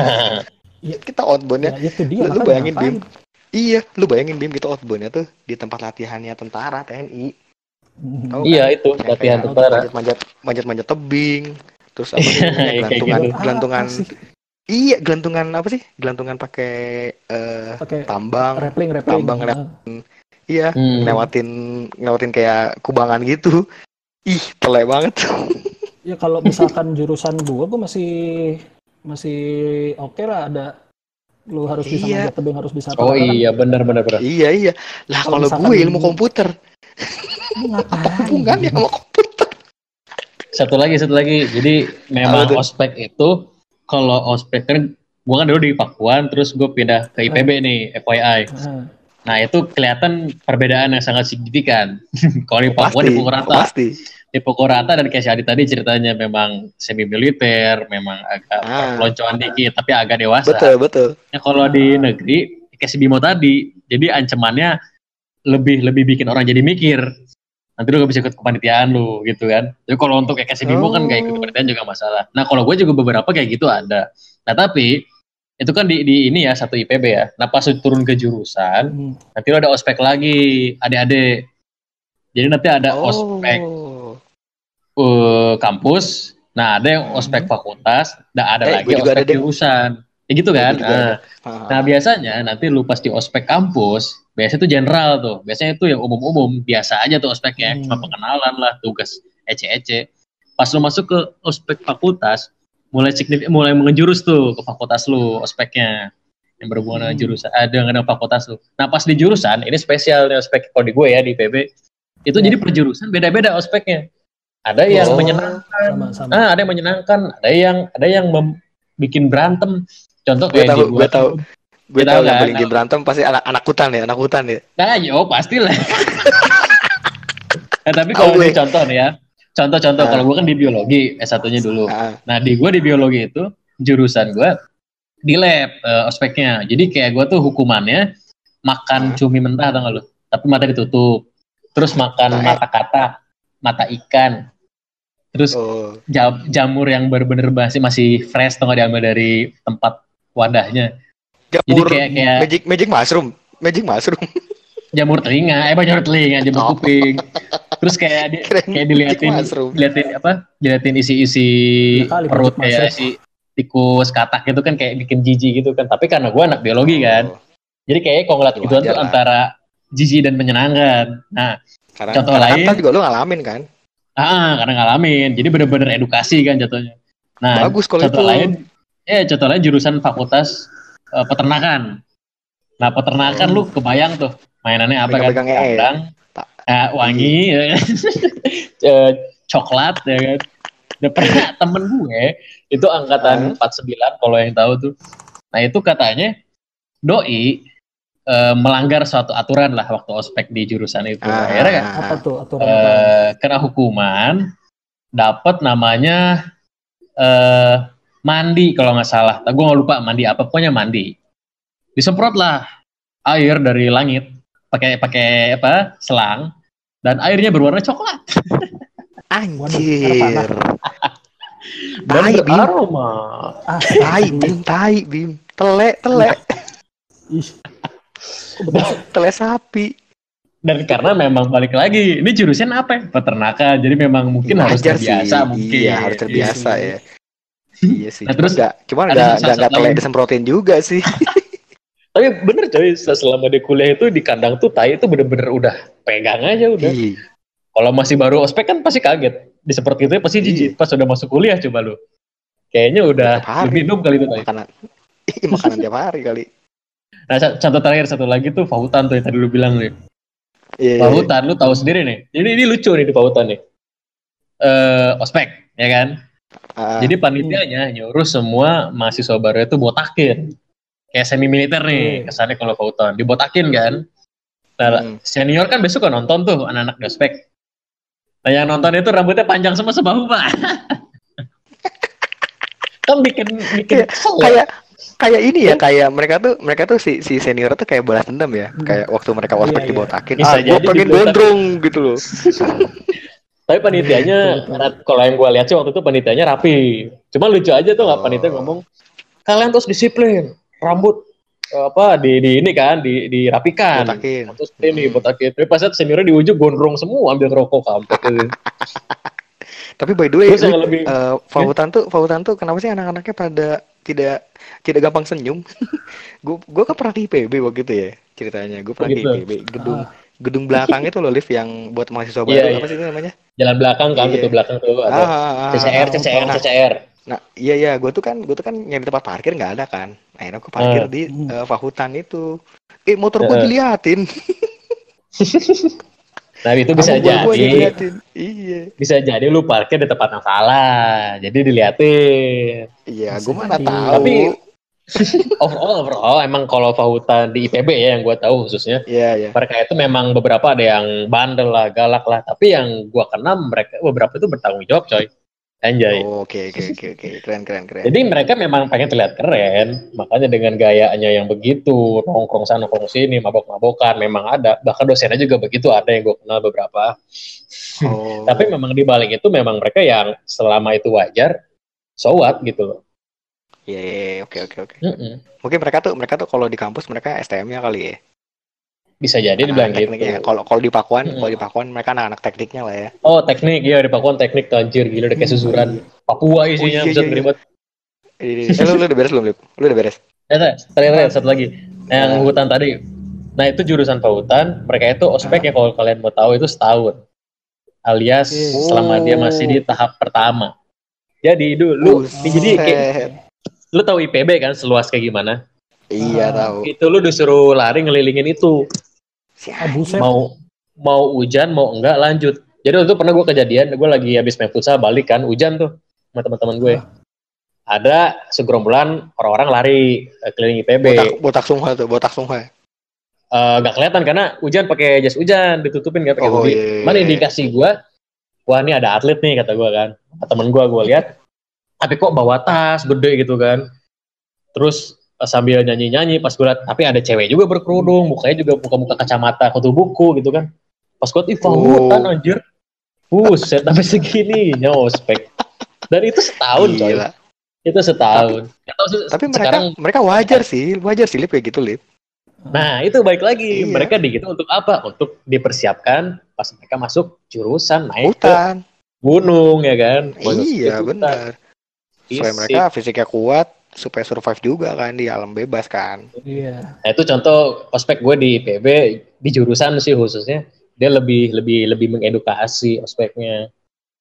Iya. Kita outboundnya, Ya itu dia, lu, lu makanya bayangin ngapain? Bim, iya, lu bayangin Bim kita outboundnya tuh di tempat latihannya tentara T N I. Mm. Tahu Iya kan? itu Yang latihan kayak tentara. manjat-manjat manjat-manjat tebing, terus apa sih namanya, Kayak gelantungan, gitu. Buat gelantungan, apa sih? iya gelantungan apa sih, gelantungan pakai eh, Pakai tambang, rappling, rappling. tambang Ah. iya, Hmm. ngelewatin ngelewatin kayak kubangan gitu. Ih, telek banget. Ya kalau misalkan jurusan gua, gua masih masih oke lah, ada lu harus bisa Iya. manjat tebing, harus bisa apa Oh karena kan iya benar benar benar. Iya iya. Lah Kalau kalau misalkan- gue ilmu komputer, lu apa ngapain? hubungannya sama komputer? Satu lagi satu lagi. Jadi memang Apa tuh? ospek itu kalau ospek kan gua kan dulu di Pakuan terus gue pindah ke I P B nih F Y I. Nah, Nah itu kelihatan perbedaan yang sangat signifikan. Kalau di Papua Pasti, dipukul rata, pasti. dipukul rata dan kayak si Adi tadi ceritanya memang semi militer, memang agak Ah. peloncoan dikit, tapi agak dewasa. Betul betul. Ya, kalau di Ah. negeri kayak si Bimo tadi, jadi ancamannya lebih lebih bikin orang jadi mikir. Nanti lu gak bisa ikut kepanitiaan lu gitu kan. Jadi kalau untuk kayak si Bimo kan gak ikut Oh. kepanitiaan juga masalah. Nah kalau gue juga beberapa kayak gitu ada. Nah tapi itu kan di, di ini ya satu I P B ya. Nah pas lu turun ke jurusan, hmm. nanti lo ada ospek lagi, adik-adik. Jadi nanti ada ospek Oh. uh, kampus, nah ada yang Hmm. ospek fakultas, dan ada Eh, lagi gue juga ospek ada, Dek. jurusan. Ya gitu Gue kan. juga Nah, ada. Ah. nah biasanya nanti lu pas di ospek kampus, biasanya itu general tuh. Biasanya itu yang umum-umum, biasa aja tuh ospeknya, Hmm. cuma pengenalan lah, tugas ece-ece. Pas lu masuk ke ospek fakultas, mulai signif- mulai mengejurus tuh ke fakultas lu ospeknya yang berhubungan dengan Hmm. jurusan ada dengan fakultas lu. Nah pas di jurusan ini spesial nih ospek kalau di gue ya di I P B itu Ya. jadi per jurusan beda-beda ospeknya. Ada yang Oh. menyenangkan, Sama-sama. ah, ada yang menyenangkan, ada yang ada yang mem- bikin berantem. Contoh Gue kayak tahu, di gua gue tahu. Gue Kita tahu tahu yang kan? paling bikin berantem pasti anak anak hutan ya, anak hutan ya. Nah, yo pastilah. Nah, tapi kalau Tahu di gue. contoh nih ya, contoh-contoh Ah. kalau gue kan di biologi S satu-nya dulu. Ah. Nah, di gue di biologi itu jurusan gue di lab eh, ospeknya. Jadi kayak gue tuh hukumannya makan Ah. cumi mentah atau nggak lu? Tapi mata ditutup. Terus makan Ah. mata katak, mata ikan. Terus Oh. jam- jamur yang bener-bener masih masih fresh atau nggak diambil dari tempat wadahnya. Jadi Jamur kayak kayak magic magic mushroom, magic mushroom. jamur telinga, eh bukan jamur telinga, jamur Oh. kuping. Terus kayak di, Keren, kayak diliatin, magic mushroom. diliatin apa? Diliatin isi-isi Ya kali, perut magic kayak mushroom. si tikus, katak gitu kan kayak bikin jijik gitu kan. Tapi karena gue anak biologi kan, Oh. jadi kayak kalau ngeliat Ya gituan wajar tuh lah. antara jijik dan menyenangkan. Nah, Karena, Contoh karena lain. kan juga lu ngalamin kan. ah karena ngalamin, jadi bener-bener edukasi kan jatuhnya. Nah, Bagus kalau contoh itu. lain, eh contoh lain jurusan fakultas eh, peternakan. Nah, peternakan Oh. lu kebayang tuh mainannya apa kan? Pegang-pegang E. Kandang, Ta- eh, wangi, ya kan? Eh, coklat, ya kan? Udah pernah temen gue itu angkatan Ah. empat puluh sembilan kalau yang tahu tuh. Nah itu katanya doi eh, melanggar suatu aturan lah waktu ospek di jurusan itu. Ah. Akhirnya kan Apa tuh aturan apa? eh, kena hukuman, dapat namanya eh, mandi kalau nggak salah. Gue nggak lupa mandi apa, pokoknya mandi. Disemprot lah air dari langit pakai pakai apa selang dan airnya berwarna coklat. Waduh, air Anjir. Dan Tai, Bim. beraroma. Ah, Tai, Bim, tai, Bim. Telek, telek. ih. Kok begitu? Telek sapi. Dan karena memang balik lagi, ini jurusan apa ya? Peternakan. Jadi memang mungkin harus Wajar terbiasa sih. mungkin. Iya, harus terbiasa Iya. ya. Iya sih. Nah, Cuma terus nggak, cuma ada nggak salah nggak nggak satu telek lagi. disemprotin juga sih. Tapi bener coy, selama di kuliah itu di kandang tuh tai itu bener-bener udah pegang aja udah. Iya. Kalau masih baru ospek kan pasti kaget. Di seperti itu pasti jijik. Iya. Pas udah masuk kuliah coba lu. Kayaknya udah Tiap hari. diminum kali itu tai. Makanan. Ih, makanan tiap hari kali. Nah, contoh terakhir satu lagi tuh Pautan tuh yang tadi lu bilang nih. Iya. Pautan lu tahu sendiri nih. Jadi ini lucu nih di Pautan nih. Eh, ospek, ya kan? Ah, Jadi panitianya nyuruh semua mahasiswa baru itu botakin. Kayak semi militer nih, kesannya kalau Pautan. Dibotakin kan. Nah, Hmm. senior kan besok kan nonton tuh anak-anak di ospek. Nah, yang nonton itu rambutnya panjang semua sebahu, Pak. Kan bikin bikin Kayak- kesel ya. kayak kayak ini ya, kayak mereka tuh mereka tuh si si senior tuh kayak balas dendam ya, kayak waktu mereka ospek Iya, iya. dibotakin, Bisa ah gue jadi pengen dibotakin. gondrong gitu loh. Tapi panitianya, Betul, betul. kalau yang gue lihat sih waktu itu panitianya rapi. Cuma lucu aja tuh nggak Oh. panitia ngomong, kalian terus disiplin, rambut eh, apa di, di ini kan, di dirapikan. Botakin. Terus ini Hmm. botakin. Tapi pas seniornya di ujung gondrong semua ambil rokok kampret. Tapi by the way, Terus yang Lip, lebih- eh, Fautan tuh Fautan tuh kenapa sih anak-anaknya pada tidak tidak gampang senyum? Gue gue kan pernah di I P B waktu itu ya ceritanya. Gue pernah Gitu. di I P B gedung gedung belakang itu loh, Liv, yang buat mahasiswa baru. Iya, iya. Apa sih itu namanya? Jalan belakang kan, Iya. pintu belakang tuh ada Ah, ah, ah, C C R, ah. C C R, Nah, C C R. Nah, iya iya, gue tuh kan gue tuh kan nyari tempat parkir nggak ada kan. Akhirnya gue parkir Hmm. di Hmm. eh, Fahutan itu. Eh, motor gue Heeh. diliatin. Nah itu bisa Sama buah gua jadi, diliatin. Iya. bisa jadi lu parkir di tempat yang salah, jadi diliatin. Iya, Bisa gue mana jadi. tahu. Tapi overall, overall emang kalau Fahutan di I P B ya yang gue tahu khususnya, Iya iya. mereka itu memang beberapa ada yang bandel lah, galak lah. Tapi yang gue kenal mereka beberapa itu bertanggung jawab, coy. Anjay. Oh, Oke oke oke oke, keren keren keren. Jadi mereka memang pengen terlihat keren, makanya dengan gayanya yang begitu, nongkrong sana nongkrong sini, mabok-mabokan, memang ada. Bahkan dosennya juga begitu, ada yang gue kenal beberapa. Oh. Tapi memang di balik itu memang mereka yang selama itu wajar, so what gitu loh. Iya iya, iya, oke oke oke. Mm-mm. Mungkin mereka tuh mereka tuh kalau di kampus mereka S T M-nya kali ya. Bisa jadi Anak dibilang gitu. tekniknya. Kalau kalau di Pakuan, Mm-mm. kalau di Pakuan mereka anak-anak tekniknya lah ya. Oh teknik, ya di Pakuan teknik tuh anjir, gila udah kayak susuran. Papua isinya, Oh, iya, buset iya, gede iya. banget. Eh, lu, lu udah beres belum, Lip? Lu udah beres? Eh, terakhir satu lagi, yang Nah. hutan tadi. Nah itu jurusan Pautan, mereka itu ospek ya kalau kalian mau tahu itu setahun. Alias Oh. selama dia masih di tahap pertama. Jadi dulu, Buset. jadi kayak, lu tahu I P B kan seluas kayak gimana? Iya tahu. Itu lu disuruh lari ngelilingin itu. Si Ah, buset. Mau mau hujan mau enggak lanjut. Jadi waktu itu pernah gue kejadian, gue lagi habis main futsal balik kan, hujan tuh sama teman-teman gue. Ada segerombolan orang-orang lari eh, keliling I P B. botak botak semua tuh, botak semua. Eh, nggak kelihatan karena hujan pakai jas hujan ditutupin kan pakai Oh, hoodie. iya, iya, Mana iya. indikasi gue, wah ini ada atlet nih kata gue kan. Temen gue gue lihat, tapi kok bawa tas gede gitu kan. Terus eh, sambil nyanyi-nyanyi pas gue lihat, tapi ada cewek juga berkerudung, mukanya juga muka-muka kacamata kutu buku gitu kan. Pas gue ih Fahutan Oh. anjir, buset sampai segini ospek. Dan itu setahun coy, Gila. itu setahun. Nggak tahu sih, Tapi mereka sekarang, mereka wajar sih, wajar sih Lip kayak gitu, Lip. nah itu baik lagi, Iya. mereka di gitu untuk apa? Untuk dipersiapkan pas mereka masuk jurusan naik ke Hutan. gunung ya kan. Masuk Iya, ke hutan. benar. Supaya Fisik. mereka fisiknya kuat, supaya survive juga kan di alam bebas kan. Iya. Nah, itu contoh ospek gue di I P B di jurusan sih khususnya dia lebih lebih lebih mengedukasi ospeknya.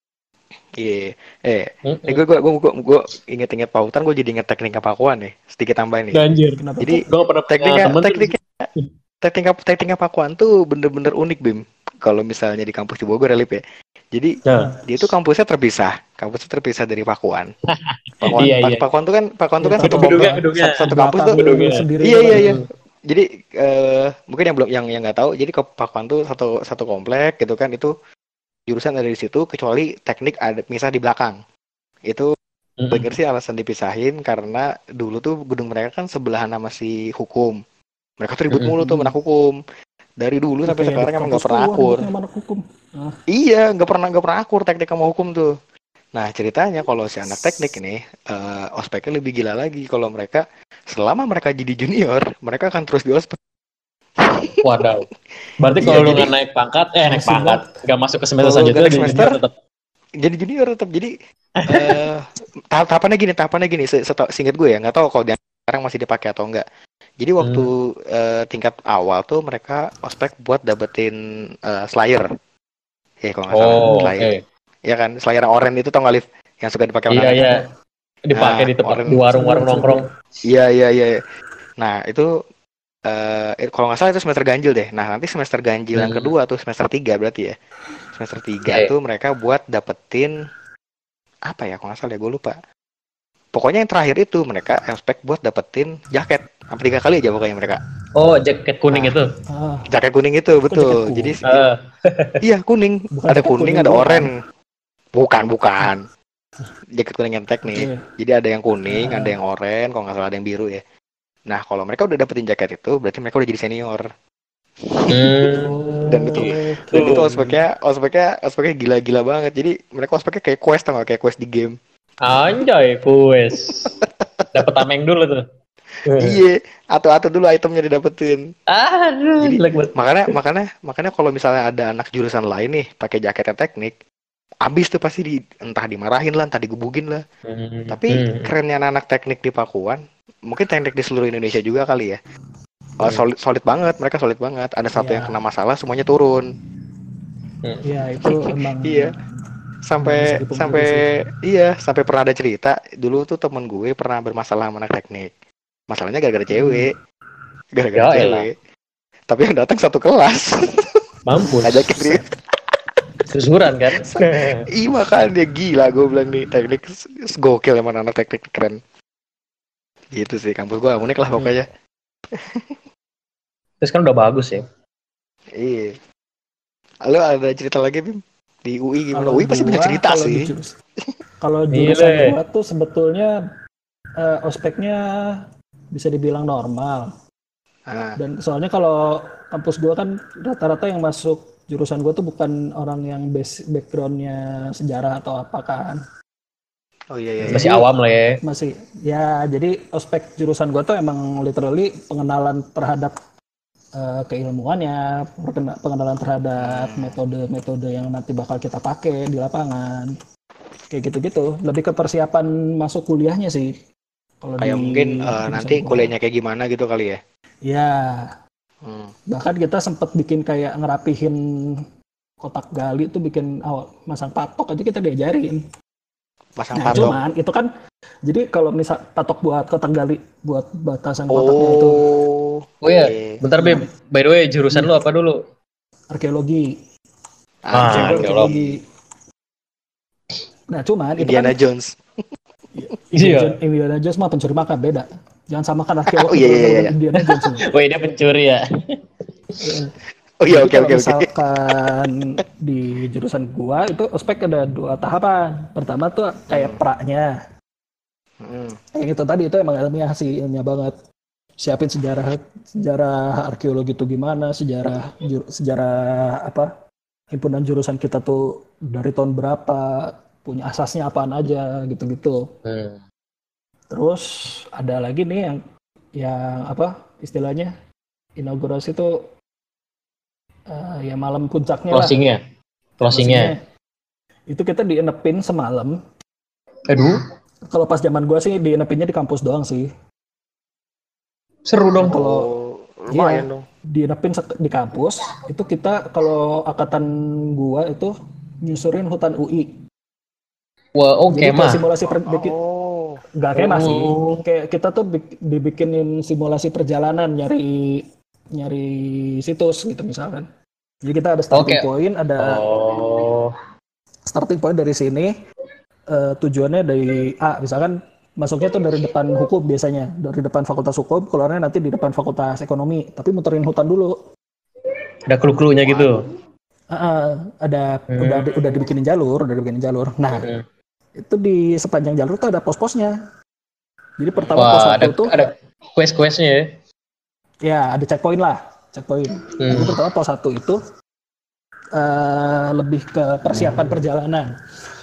Iya. Eh, Mm-mm. nih gue gue gue gue inget-inget Pautan, gue jadi inget teknik Pakuan nih. Sedikit tambah nih. Anjir. Kenapa? Jadi Gue pernah punya tekniknya temen tuh- tekniknya teknik teknik Pakuan tuh bener-bener unik, Bim. Kalau misalnya di kampus di Bogor ya, Lip ya. Jadi Nah, dia tuh kampusnya terpisah, kampusnya terpisah dari Pakuan. Pakuan, Iya, Pak- iya. Pakuan tuh kan Pakuan tuh kan Iya, satu gedungnya, komplek, gedungnya. satu, satu kampus tuh. Gedung gedungnya. sendiri. Iya iya iya. Hmm. Jadi eh mungkin yang belum yang yang nggak tahu, jadi ke Pakuan tuh satu satu komplek gitu kan, itu jurusan ada di situ kecuali teknik ada misah di belakang. Itu Mm-mm. denger sih alasan dipisahin karena dulu tuh gedung mereka kan sebelahan sama si hukum. Mereka tuh ribut Mm-mm. mulu tuh anak hukum. Dari dulu sampai Kayak sekarang di emang kampus nggak pernah gua, akur. ributnya sama anak hukum. Iya, nggak pernah nggak pernah akur teknik sama hukum tuh. Nah ceritanya kalau si anak teknik ini uh, ospeknya lebih gila lagi. Kalau mereka selama mereka jadi junior, mereka akan terus di ospek. Wadaw. Berarti Iya, kalau lu jadi- nggak naik pangkat, eh naik Masih pangkat, nggak masuk ke semester Kalau selanjutnya nggak naik di semester, junior tetap. jadi junior tetap. Jadi eh tahap tahapannya gini, tahapannya gini. Se- seta- Seingat gue ya, nggak tahu kalau di- sekarang masih dipakai atau enggak. Jadi waktu eh, tingkat awal tuh mereka ospek buat dapetin eh, Slayer. Ya kalau nggak salah, Oh, oke. Slayer. Ya kan, Slayer orange itu tau nggak, Liv? Yang suka dipakai Iya, anak-anak. iya. Dipakai Nah, di tempat orang- di warung-warung nongkrong. Iya, iya, iya. Nah, itu eh kalau nggak salah itu semester ganjil deh. Nah, nanti semester ganjil yang Hmm. kedua tuh semester tiga berarti ya. Semester tiga Oke. tuh mereka buat dapetin apa ya? Kalau nggak salah ya, gue lupa. Pokoknya yang terakhir itu mereka expect buat dapetin jaket. Sampai tiga kali aja pokoknya mereka. Oh, jaket kuning Nah. itu. Ah, Jaket kuning itu betul. jaket Jadi kuning? Eh, iya kuning. Bukan ada jaket kuning, kuning ada doang. oranye. Bukan, bukan. Jaket kuning yang teknik. Iya. Jadi ada yang kuning, Ah. ada yang oranye, kalau nggak salah ada yang biru ya. Nah, kalau mereka udah dapetin jaket itu, berarti mereka udah jadi senior. hmm, Dan itu- gitu. Dan itu ospeknya, ospeknya, ospeknya gila-gila banget. Jadi mereka ospeknya kayak quest, tau nggak? Kayak quest di game. Anjay, kues. Dapat tameng dulu tuh. Iya, atau-atau dulu itemnya didapetin. Aduh, Jadi- jelek banget. Makanya, makanya, makanya kalau misalnya ada anak jurusan lain nih pakai jaketnya teknik, abis tuh pasti di, entah dimarahin lah, entah digebugin lah. Hmm, Tapi hmm. kerennya anak teknik di Pakuan, mungkin teknik di seluruh Indonesia juga kali ya. Oh, Hmm. solid, solid banget, mereka solid banget. Ada satu Iya. yang kena masalah, semuanya turun. Hmm. Iya, itu emang Iya. Sampai, Nggak bisa dipungkiri sampai, sih. iya, sampai pernah ada cerita. Dulu tuh temen gue pernah bermasalah sama anak teknik. Masalahnya gara-gara cewek, gara-gara Ya cewek. Tapi yang datang satu kelas, Mampus. ngajakin dia. Susuran kan? Iya kan dia gila, gue bilang nih teknik s- s- gokil emang anak teknik keren. Gitu sih kampus gue unik lah pokoknya. Terus kan udah bagus ya. Iya. Lalu ada cerita lagi Bim? Di U I gimana? Kalau U I pasti banyak gua, cerita kalau sih. di jurus- Kalau Gile. jurusan gua tuh sebetulnya eh, ospeknya bisa dibilang normal. Nah, Dan soalnya kalau kampus gua kan rata-rata yang masuk jurusan gua tuh bukan orang yang base backgroundnya sejarah atau apa kan. oh iya iya. Masih Jadi- awam lah ya. Masih ya jadi ospek jurusan gua tuh emang literally pengenalan terhadap eh, keilmuannya, perkena- pengenalan terhadap Hmm. metode-metode yang nanti bakal kita pakai di lapangan. Kayak gitu-gitu. Lebih ke persiapan masuk kuliahnya sih. Kalau Kayak di mungkin eh, jurusan nanti gua. kuliahnya kayak gimana gitu kali ya. Ya, Hmm. bahkan kita sempat bikin kayak ngerapihin kotak gali tuh bikin awal masang patok aja kita diajarin. Pasang Nah, patok. cuman itu kan jadi kalau misal patok buat kotak gali buat batasan kotaknya itu Oh. Oh iya, oke. bentar Bim. By the way, jurusan lu apa dulu? arkeologi. Ah, Anjir, arkeologi. Nah, cuman itu Indiana kan Jones. Indiana, Indiana Jones mah pencuri makan beda. Jangan samakan arkeologi Oh, iya, iya, iya. dengan Indiana Jones. ini. Woi, dia pencuri ya. Oh iya, Jadi oke kalau oke oke. misalkan di jurusan gua itu ospek ada dua tahapan. Pertama tuh kayak praknya. Hmm. Yang itu tadi itu emang ilmiah sih, ilmiah banget. Siapin sejarah sejarah arkeologi itu gimana, sejarah jur- sejarah apa? Himpunan jurusan kita tuh dari tahun berapa, punya asasnya apaan aja gitu-gitu. Hmm. Terus ada lagi nih yang yang apa istilahnya inaugurasi itu eh, ya malam puncaknya lah. Closingnya. Closingnya. Itu kita dienepin semalam. Aduh, Kalau pas zaman gua sih dienepinnya di kampus doang sih. seru dong. Kalau Oh, lumayan iya. dong. Dienepin sek- di kampus itu kita kalau angkatan gua itu nyusurin hutan U I. Wah, oh Jadi kayak kemah. simulasi per, bikin, Oh. nggak kemah sih. Oh. Kayak kita tuh bik- dibikinin simulasi perjalanan nyari nyari situs gitu misalkan. Jadi kita ada starting Oke. point, ada Oh. starting point dari sini. eh, tujuannya dari A, misalkan masuknya tuh dari depan hukum biasanya, dari depan fakultas hukum, keluarnya nanti di depan fakultas ekonomi, tapi muterin hutan dulu. Ada kru-krunya gitu. Ah, ah, ada Hmm. udah udah dibikinin jalur, udah dibikinin jalur. Nah, Hmm. itu di sepanjang jalur tuh ada pos-posnya. Jadi pertama pos Wah, ada satu tuh ada quest-questnya ya. ya ada checkpoint lah, checkpoint. Hmm. Jadi pertama pos satu itu eh, lebih ke persiapan perjalanan.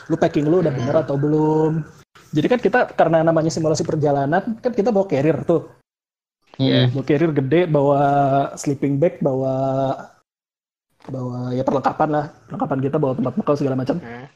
lu packing lu udah bener atau belum. Jadi kan kita karena namanya simulasi perjalanan kan kita bawa carrier tuh. Iya. Bawa carrier gede, bawa sleeping bag, bawa bawa ya perlengkapan lah, perlengkapan kita bawa tempat bekal segala macam. Hmm.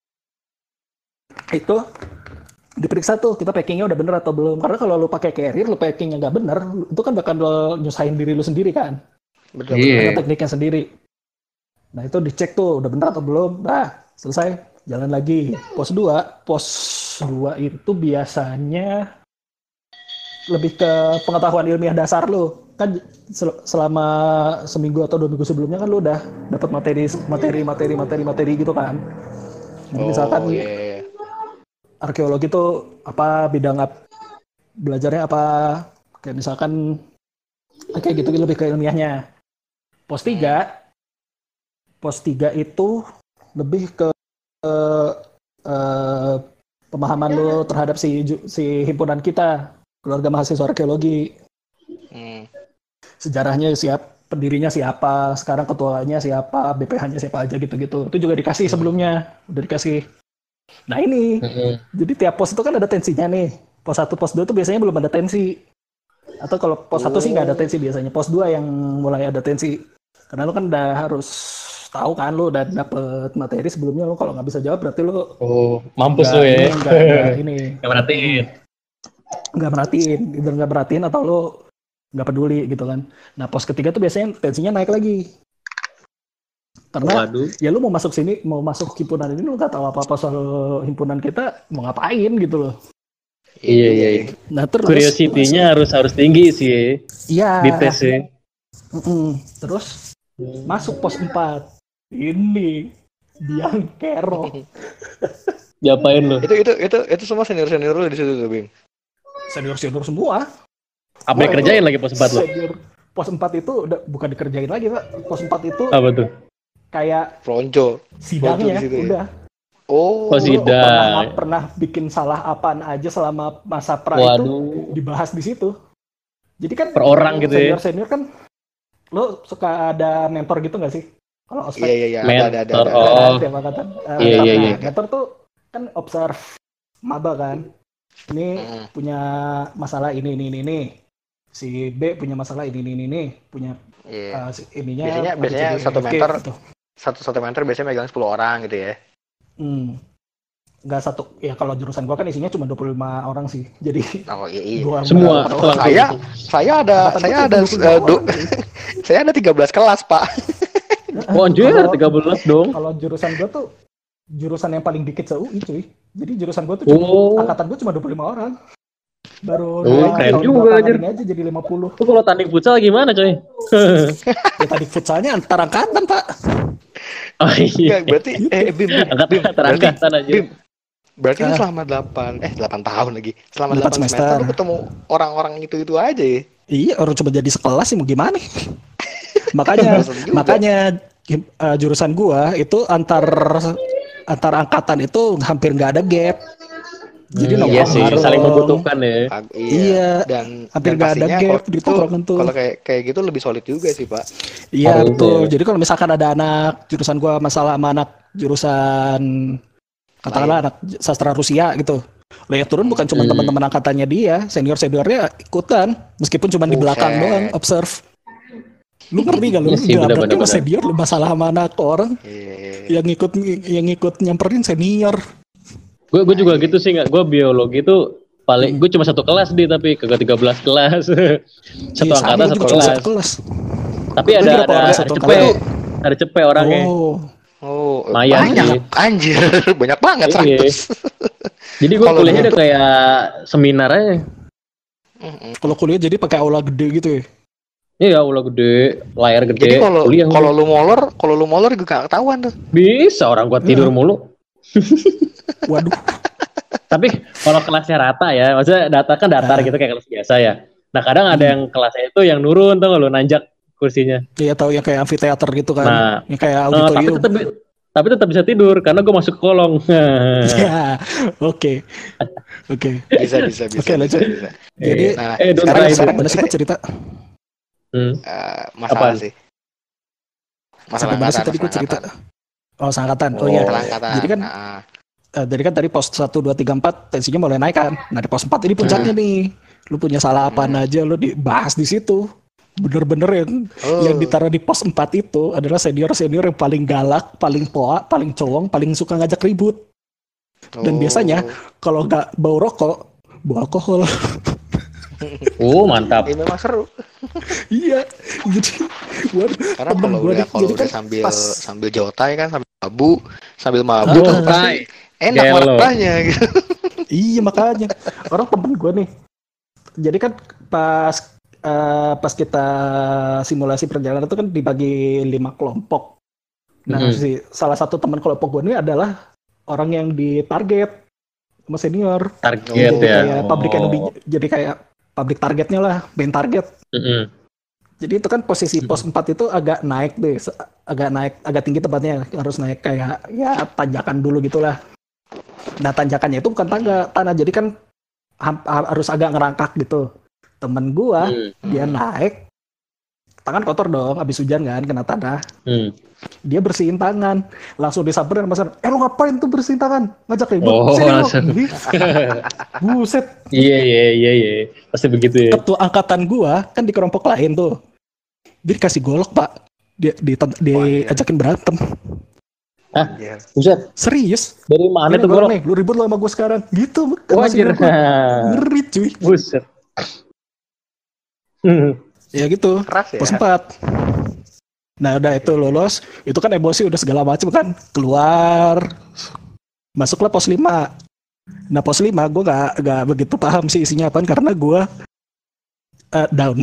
Itu diperiksa tuh kita packingnya udah bener atau belum. Karena kalau lu pakai carrier, lu packingnya nggak bener, itu kan bakal nyusahin diri lu sendiri kan. Betul. Iya. Ada tekniknya sendiri. Nah itu dicek tuh udah bener atau belum. Nah selesai, jalan lagi. Pos dua, pos dua itu biasanya lebih ke pengetahuan ilmiah dasar lu. Kan sel- selama seminggu atau dua minggu sebelumnya kan lu udah dapat materi materi materi materi materi gitu kan. Jadi misalkan Oh, iya, iya. arkeologi itu apa, bidang ap- belajarnya apa, kayak misalkan kayak gitu lebih ke ilmiahnya. Pos tiga, pos tiga itu lebih ke eh, eh, pemahaman lu terhadap si ju- si himpunan kita, keluarga mahasiswa arkeologi. Hmm. Sejarahnya siap, pendirinya siapa, sekarang ketuanya siapa, B P H-nya siapa aja gitu-gitu. Itu juga dikasih sebelumnya, udah dikasih. Nah ini, jadi tiap pos itu kan ada tensinya nih. Pos satu, pos dua tuh biasanya belum ada tensi. Atau kalau pos satu sih nggak ada tensi biasanya. Pos dua yang mulai ada tensi. Karena lu kan udah harus tahu kan, lu udah dapet materi sebelumnya, lu kalau nggak bisa jawab berarti lu Oh, mampus nggak lu ya. ini, nggak nggak ini, Gak merhatiin. nggak merhatiin, either nggak merhatiin atau lu nggak peduli gitu kan. Nah pos ketiga tuh biasanya tensinya naik lagi. Karena Waduh. ya lu mau masuk sini, mau masuk himpunan ini lu nggak tahu apa-apa soal himpunan kita, mau ngapain gitu loh. Iya, iya, iya. Nah terus Curiosity-nya harus harus tinggi sih. iya, Di tes ya. mm-mm. Terus masuk pos empat. Ini Biang Kerok. Diapain lu? Itu itu itu itu semua senior senior lu di situ tuh, Bing. Senior-senior semua. Apa yang Wah, kerjain itu lagi pos empat lu? Senior pos empat itu udah bukan dikerjain lagi, Pak. Pos empat itu Apa tuh? kayak Flonco. sidangnya Flonco di situ ya? udah. Oh. Oh, Lu sidang. pernah, pernah bikin salah apaan aja selama masa pra itu Waduh. dibahas di situ. Jadi kan Per orang gitu ya? senior-senior kan lo suka ada mentor gitu nggak sih? Kalau ospek Iya iya iya. Mentor, Ada ada ada. oh. ada. kan tiap angkatan. Eh, Iya, mentor. iya, Nah, iya. mentor tuh kan observe maba kan. Ini Hmm. punya masalah ini ini ini ini. Si B punya masalah ini ini ini, ini. Punya Iya. uh, si- ininya Biasanya A, B, C, biasanya D, E, satu F, G mentor gitu. satu satu mentor biasanya megang sepuluh orang gitu ya. Hmm. Nggak satu, ya kalau jurusan gua kan isinya cuma dua puluh lima orang sih. Jadi Oh iya iya. gua Semua. gua- langsung. Saya saya ada Angkatan saya gua ada dua puluh lima eh, du- orang sih. saya ada tiga belas kelas, Pak. Oh anjir, Kalau- tiga belas dong. Kalau jurusan gua tuh jurusan yang paling dikit se-U I cuy. Jadi jurusan gua tuh cuma, Oh. angkatan gua cuma dua puluh lima orang. Baru Oh, dua keren tahun juga, belakangan anjir. ini aja jadi lima puluh. Lu kalau tanding futsal gimana coy? Ya tadi futsalnya antar angkatan, Pak. Oh iya. Enggak, berarti eh Bim, Bim, Angkatan Bim, angkatan berarti angkatan aja. Bim, berarti lu Ah. selama delapan eh delapan tahun lagi. Selama Delapan delapan semester. semester. lu ketemu orang-orang itu-itu aja ya. Iya, orang coba jadi sekelas sih mau gimana? makanya Langsung juga. makanya uh, jurusan gua itu antar antar angkatan itu hampir nggak ada gap. Jadi Hmm, iya nongkrong sih, bareng. saling membutuhkan ya. Ag- Iya, Dan hampir dan nggak ada pastinya gap kalau di itu- tongkrongan tuh. Kalau kayak kayak gitu lebih solid juga sih, Pak. Iya Harusnya. betul. Jadi kalau misalkan ada anak jurusan gua masalah sama anak jurusan katakanlah Lain. anak sastra Rusia gitu. Lah ya turun bukan cuma Hmm. teman-teman angkatannya dia, senior-seniornya ikutan meskipun cuma di Buset. belakang doang observe. Lu ngerti gak lu? Iya sih, Nggak, berarti benar-benar. lu senior lu masalah sama anak orang Iya. yang ikut yang ikut nyamperin senior. Gue gue juga gitu sih nggak. Gue biologi tuh paling gue cuma satu kelas di tapi kagak tiga belas kelas. Satu Iya, sama, angkatan gua satu juga cuma kelas. satu kelas. Tapi Lu ada berapa ada, orang ada satu cepet, angkatan? ada cepet orangnya. Oh. Oh, Lumayan banyak sih. anjir, banyak banget Iya. seratus. Jadi gue Kalau kuliahnya dulu- udah kayak seminar aja. Mm-mm. Kalau kuliah jadi pakai aula gede gitu ya. Iya, ulah gede, layar gede. Jadi kalau kuliah kalau lu molor, kalau lu molor juga gak ketahuan tuh. bisa orang gua tidur mulu. Waduh. Tapi kalau kelasnya rata ya, maksudnya data kan datar gitu kayak kelas biasa ya. Nah kadang ada yang kelasnya itu yang nurun tuh lu nanjak kursinya. Iya tahu yang kayak amfiteater gitu kan. Nah, yang kayak Eh, tapi auditorium. tetap tapi tetap bisa tidur karena gue masuk kolong. Ya, oke. Oke. Bisa bisa bisa. Oke, bisa, lanjut. bisa. Jadi Nah, eh, don't sekarang try sekarang mana sih Pak cerita? Hmm. eh, masalah Apaan? sih. Sampai Masalah mana sih angkatan, tadi gue masalah cerita? angkatan. Oh, seangkatan. Oh, Oh. iya. Masalah angkatan. Jadi kan Nah, uh, jadi kan tadi pos satu, dua, tiga, empat tensinya mulai naik kan. Nah di pos empat ini puncaknya hmm. nih. Lu punya salah apaan hmm. aja lu dibahas di situ. Bener-bener yang oh. yang ditaruh di pos empat itu adalah senior-senior yang paling galak, paling poa, paling cowong, paling suka ngajak ribut. Dan oh. biasanya kalau nggak bau rokok, bau alkohol. Oh mantap. Ini memang seru. Iya, jadi gua, karena kalau gua udah di, kalau udah kan sambil pas, sambil jotai kan sambil mabuk, sambil mabuk oh, pasti enak marahnya gitu. Iya makanya orang temen gue nih. Jadi kan pas uh, pas kita simulasi perjalanan itu kan dibagi lima kelompok. Nah mm-hmm. si salah satu teman kelompok gue ini adalah orang yang ditarget sama senior. Target jadi ya. Kayak oh. pabrik yang lebih, jadi kayak pabrik targetnya lah, main target. Mm-hmm. Jadi itu kan posisi pos empat itu agak naik deh, agak naik, agak tinggi tempatnya, harus naik kayak ya tanjakan dulu gitulah. Nah tanjakannya itu bukan tangga, tanah, jadi kan ha- harus agak ngerangkak gitu. Temen gua, hmm. dia naik, tangan kotor dong, habis hujan kan, kena tanah. Hmm. Dia bersihin tangan, langsung disamperin sama sana, eh lu ngapain tuh bersihin tangan? Ngajak ribut, oh, sini lu. Buset. Iya, iya, iya, iya, pasti begitu ya. Ketua angkatan gua, kan di kelompok lain tuh, dia dikasih golok pak, dia diajakin berantem. Hah? Buset. Serius? Dari mana tuh golok? Nih, lu ribut lo sama gue sekarang. Gitu. Wajar. Ngeri cuy. Buset. Ya gitu. Keras ya? Pos empat. Nah udah itu lolos. Itu kan emosi udah segala macam kan. Keluar. Masuklah pos lima. Nah pos lima gue gak, gak begitu paham sih isinya apaan. Karena gue uh, down.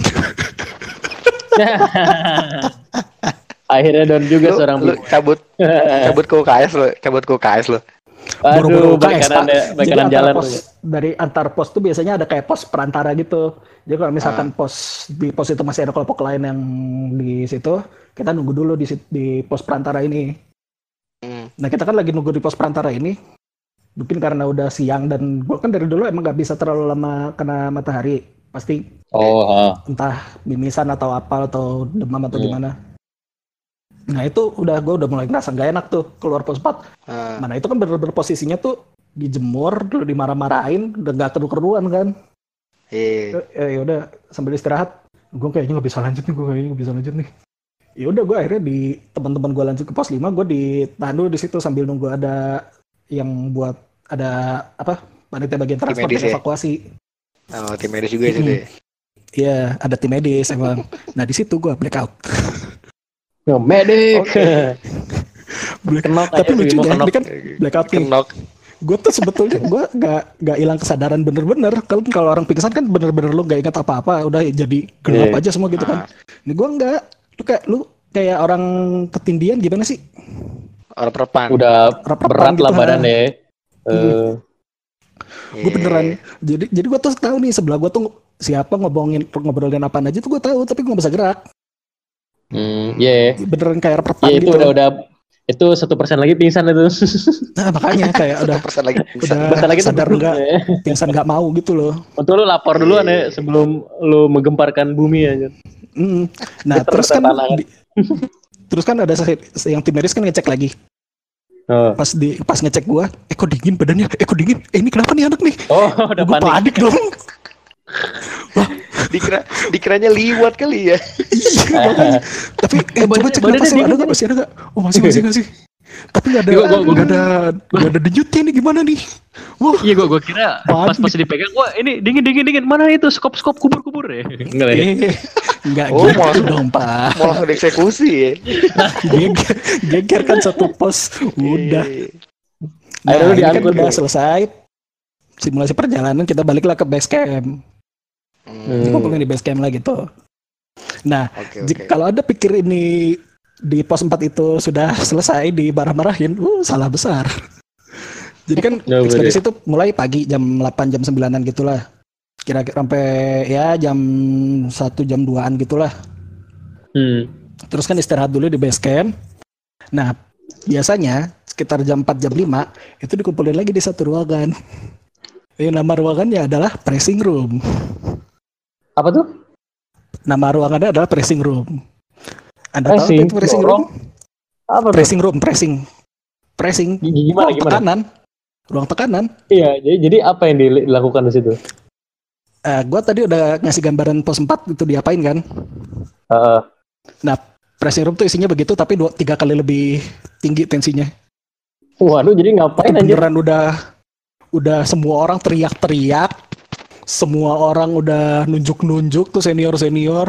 Akhirnya down juga lu, seorang lu cabut cabut ke U K S lo, cabut ke U K S lo. Aduh, balik kanan ya, balik kanan jalan pos, ya. Dari antar pos tuh biasanya ada kayak pos perantara gitu. Jadi kalau misalkan ah. pos di pos itu masih ada kelompok lain yang di situ, kita nunggu dulu di di pos perantara ini. Hmm. Nah kita kan lagi nunggu di pos perantara ini. Mungkin karena udah siang dan gua kan dari dulu emang nggak bisa terlalu lama kena matahari, pasti. Oh. Ha. Entah mimisan atau apa atau demam atau hmm. gimana. Nah itu udah gue udah mulai ngerasa gak enak tuh keluar pos empat. Hmm. Mana itu kan bener-bener posisinya tuh dijemur, dulu dimarah-marahin, udah gak keru-keruan kan. Iya. Yeah. Ya udah sambil istirahat, gue kayaknya nggak bisa lanjut nih, gue kayaknya nggak bisa lanjut nih. Ya udah gue akhirnya di teman-teman gue lanjut ke pos lima, gue ditahan dulu di situ sambil nunggu ada yang buat ada apa panitia bagian transport dan evakuasi. Oh tim medis juga itu deh. Iya ada tim medis emang. Nah di situ gue blackout. Yo, medik. Okay. Kenok, tapi lucunya ini kan blackout nih. Gue tuh sebetulnya gue gak gak hilang kesadaran bener-bener. Kalau kalau orang pingsan kan bener-bener lu gak ingat apa-apa, udah jadi gelap yeah. aja semua gitu kan. Ini gue enggak. Lu kayak lu kayak orang ketindian gimana sih? Orang repan. Udah Repan berat gitu, lah badannya. Uh. Gue beneran. Jadi jadi gue tuh tahu nih sebelah gue tuh siapa ngomongin ngobrolin apaan aja tuh gue tahu, tapi gue gak bisa gerak. Hmm, iya. Yeah. Beneran kayak repan yeah, gitu. Itu udah udah itu satu persen lagi pingsan itu. Nah makanya kayak udah persen lagi pingsan. Udah lagi sadar enggak, ya. Pingsan nggak mau gitu loh. Untuk lu lapor duluan yeah. ya sebelum lu menggemparkan bumi aja. Mm. Nah terus kan, di, terus kan ada yang tim medis kan ngecek lagi. Oh. Pas di pas ngecek gua, eh kok dingin badannya, eh kok dingin, eh ini kenapa nih anak nih? Oh udah gua panik. panik dong. Wah, dikira dikiranya liwat kali ya. Iya, tapi eh, coba cek napas ada nggak, masih ada nggak? Oh masih masih masih. Tapi nggak ada nggak ada nggak ada denyutnya nih, gimana nih? Wah, iya gua gua kira pas pas dipegang, wah ini dingin dingin dingin, mana itu skop skop kubur kubur ya? Enggak ya? Enggak oh, gitu malah, dong pak. Mau langsung dieksekusi ya? Geger, geger kan satu pos, udah. Nah, ini kan udah selesai simulasi perjalanan, kita baliklah ke base camp. Hmm. Kumpulin di base camp lah gitu. Nah, okay, okay. kalau ada pikir ini di pos empat itu sudah selesai dimarah-marahin, uh salah besar. Jadi kan no, ekspedisi itu mulai pagi jam delapan jam sembilanan gitulah. Kira-kira sampai ya jam satu jam duaan gitulah. Hmm. Terus kan istirahat dulu di base camp. Nah, biasanya sekitar jam empat jam lima itu dikumpulin lagi di satu ruangan. Yang nama ruangannya adalah pressing room. Apa tuh? Nama ruangannya adalah pressing room. Anda pressing, tahu itu pressing room? Apa pressing room, pressing. Pressing. Gimana, oh, gimana? Tekanan. ruang tekanan. Iya, jadi, jadi apa yang dilakukan di situ? Uh, gue tadi udah ngasih gambaran pos empat itu diapain kan. Uh, Nah, pressing room tuh isinya begitu tapi dua tiga kali lebih tinggi tensinya. Waduh, jadi ngapain itu anjir? Beneran udah udah semua orang teriak-teriak, semua orang udah nunjuk-nunjuk tuh senior-senior.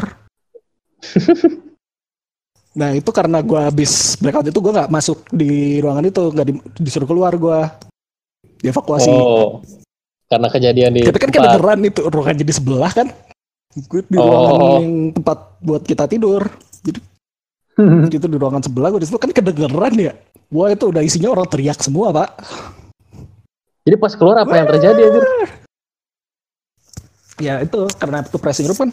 Nah itu karena gue habis blackout itu gue nggak masuk di ruangan itu, nggak di, disuruh keluar, gue dievakuasi. Oh, karena kejadian di tapi kan tempat. kedengeran itu ruangan jadi sebelah kan, gue di Oh. ruangan yang tempat buat kita tidur, jadi itu di ruangan sebelah, gue di situ kan kedengeran ya. Wah itu udah isinya orang teriak semua pak. Jadi pas keluar apa Wah. yang terjadi anjir? Ya itu karena itu pressing room kan,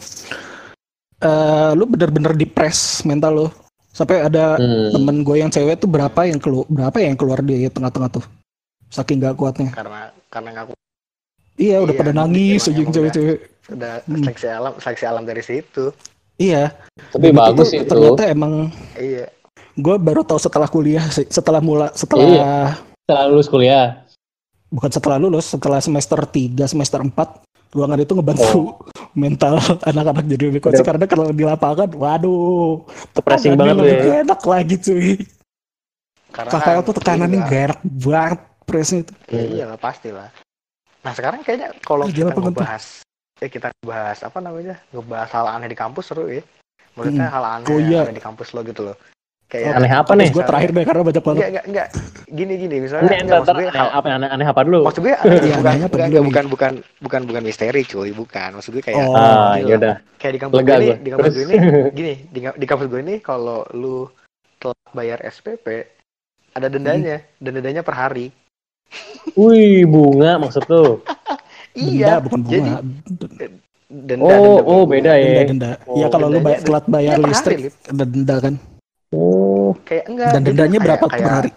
uh, lu bener-bener di press mental lo. Sampai ada hmm. temen gue yang cewek tuh berapa yang keluar berapa yang keluar di tengah-tengah tuh, saking gak kuatnya. Karena karena gak kuat. Iya udah iya, pada nangis aja cewek-cewek. Udah seleksi hmm. alam seleksi alam dari situ. Iya. Tapi dan bagus itu, itu. Ternyata emang. Iya. Gue baru tahu setelah kuliah sih, setelah mula setelah. Iya. Setelah lulus kuliah. Bukan setelah lulus, setelah semester tiga, semester empat. Ruangan itu ngebantu oh. mental anak-anak jadi lebih kuat sih, karena kalau di lapangan, waduh, pressing banget lebih ya. enak lagi cuy. K K L tuh tekanannya gak enak banget pressnya itu. Ya iyalah pastilah. Nah sekarang kayaknya kalau kita ngebahas, ya kita ngebahas apa namanya, ngebahas hal aneh di kampus seru ya. Maksudnya hmm. hal aneh oh, iya. yang ada di kampus lo gitu loh. Kayak aneh apa nih? Gue terakhir deh karena banyak banget. Enggak, enggak, enggak. Gini gini misalnya enggak, enggak, maksud gue hal apa aneh, aneh apa dulu? Maksud gue ya, bukan, bukan, bukan, bukan, bukan, bukan, bukan misteri cuy, bukan. Maksud gue kayak oh, ah, yaudah. Kayak di kampus gue ini, di kampus gue ini gini, di, di kampus gue ini kalau lu telat bayar S P P ada dendanya, hmm. dan dendanya per hari. Wih, bunga maksud lu? Iya, bukan bunga. Jadi, denda, oh, denda, oh beda ya. Denda, denda. Oh, ya kalau lu bay- telat bayar ya, listrik ada denda kan. Oh, kayak enggak. Dan dendanya kayak, berapa kayak, per hari?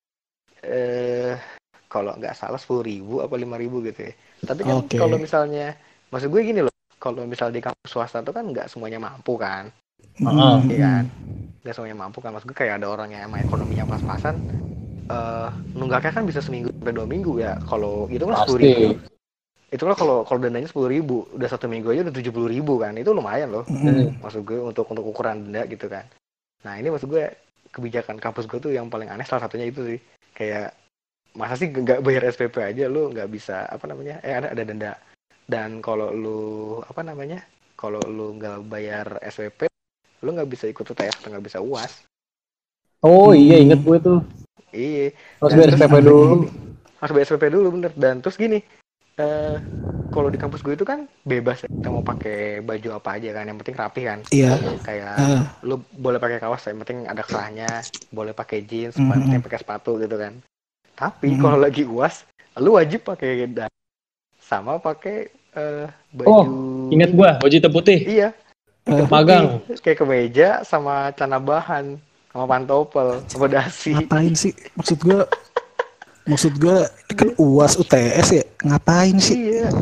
Eh, kalau nggak salah sepuluh ribu apa lima ribu gitu ya. Tapi kan okay. kalau misalnya, maksud gue gini loh, kalau misal di kampus swasta tuh kan nggak semuanya mampu kan. Uh-huh. Iya kan. Nggak semuanya mampu kan. Maksud gue kayak ada orang yang emang ekonominya pas-pasan. Uh, nunggaknya kan bisa seminggu sampai dua minggu ya. Kalau itu kan sepuluh ribu. Itu lah kalau kalau dendanya sepuluh ribu, udah satu minggu aja udah tujuh puluh ribu kan. Itu lumayan loh. Mm. Maksud gue untuk untuk ukuran denda gitu kan. Nah ini maksud gue kebijakan kampus gue tuh yang paling aneh salah satunya itu sih. Kayak masa sih nggak bayar S P P aja lu nggak bisa apa namanya? Eh ada ada denda. Dan kalau lu apa namanya? Kalau lu nggak bayar S P P, lu nggak bisa ikut U T S atau nggak bisa U A S. Oh hmm. iya inget gue tuh. Iya. Harus bayar S P P dulu. Harus bayar S P P dulu bener. Dan terus gini. Uh, kalau di kampus gue itu kan bebas ya, kita mau pakai baju apa aja kan, yang penting rapi kan. Iya. Kayak uh. lu boleh pakai kaos, yang penting ada kerahnya, boleh pakai jeans, mm-hmm. penting pakai sepatu gitu kan. Tapi mm-hmm. kalau lagi U A S, lu wajib pakai dan sama pakai uh, baju. Oh, ingat gua, baju hitam putih. Iya. Uh, magang. Kayak kemeja sama celana bahan, sama pantopel, sama dasi. Ngapain sih? Maksud gua Maksud gue kan U A S U T S ya, ngapain sih? Iya.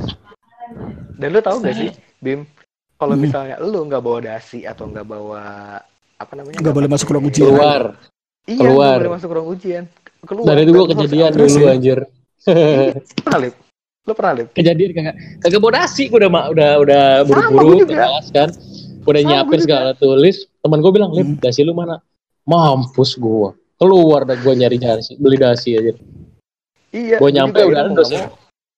Dan lu tahu gak sih, Bim, kalau hmm. misalnya lu nggak bawa dasi atau nggak bawa apa namanya? Nggak boleh masuk ruang ujian. Keluar. Iya, keluar. Gak boleh masuk ruang ujian. Keluar. Dan itu gue kejadian dulu ya. Anjir. Pernah Lip? Lu pernah Lip? Kejadian kagak kagak bawa dasi, gue udah udah udah buru-buru ke kelas kan. Udah sama nyiapin segala tulis. Teman gue bilang, "Lip, hmm. dasi lu mana?" Mampus gue. Keluar dah gue nyari dasi, beli dasi aja. Iya, gue nyampe udah ada dosen.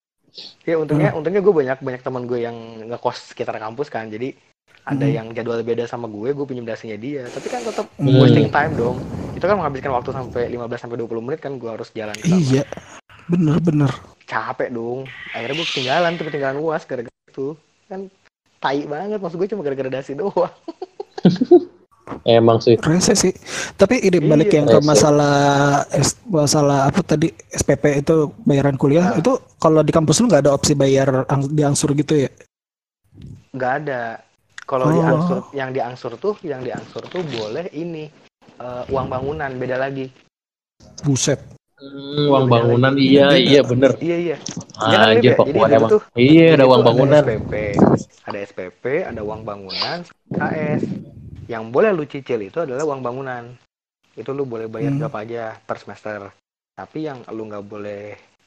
Ya untungnya, hmm. untungnya gue banyak banyak teman gue yang ngekos sekitar kampus kan, jadi ada hmm. yang jadwal beda sama gue, gue pinjam dasinya dia. Tapi kan tetap hmm. wasting time dong. Itu kan menghabiskan waktu sampai lima belas sampai dua puluh menit kan, gue harus jalan ke sana. Iya, bener-bener. Capek dong. Akhirnya gue ketinggalan tuh ketinggalan U A S gara-gara itu. Kan tai banget, maksud gue cuma gara-gara dasi doang. Emang sih. Rese sih. Tapi ini balik iya, yang ke masalah masalah apa tadi S P P itu bayaran kuliah nah. Itu kalau di kampus lu nggak ada opsi bayar ang- diangsur gitu ya? Nggak ada. Kalau oh. diangsur, yang diangsur tuh, yang diangsur tuh boleh ini uh, uang bangunan beda lagi. Buset. Hmm, uang bangunan lagi. iya beda. iya bener. Iya iya. Ah, anjir kok kuat emang. Tuh, iya ada uang bangunan. Ada S P P, ada S P P, ada uang bangunan, K S. Yang boleh lu cicil itu adalah uang bangunan. Itu lu boleh bayar hmm. berapa aja per semester. Tapi yang lu nggak boleh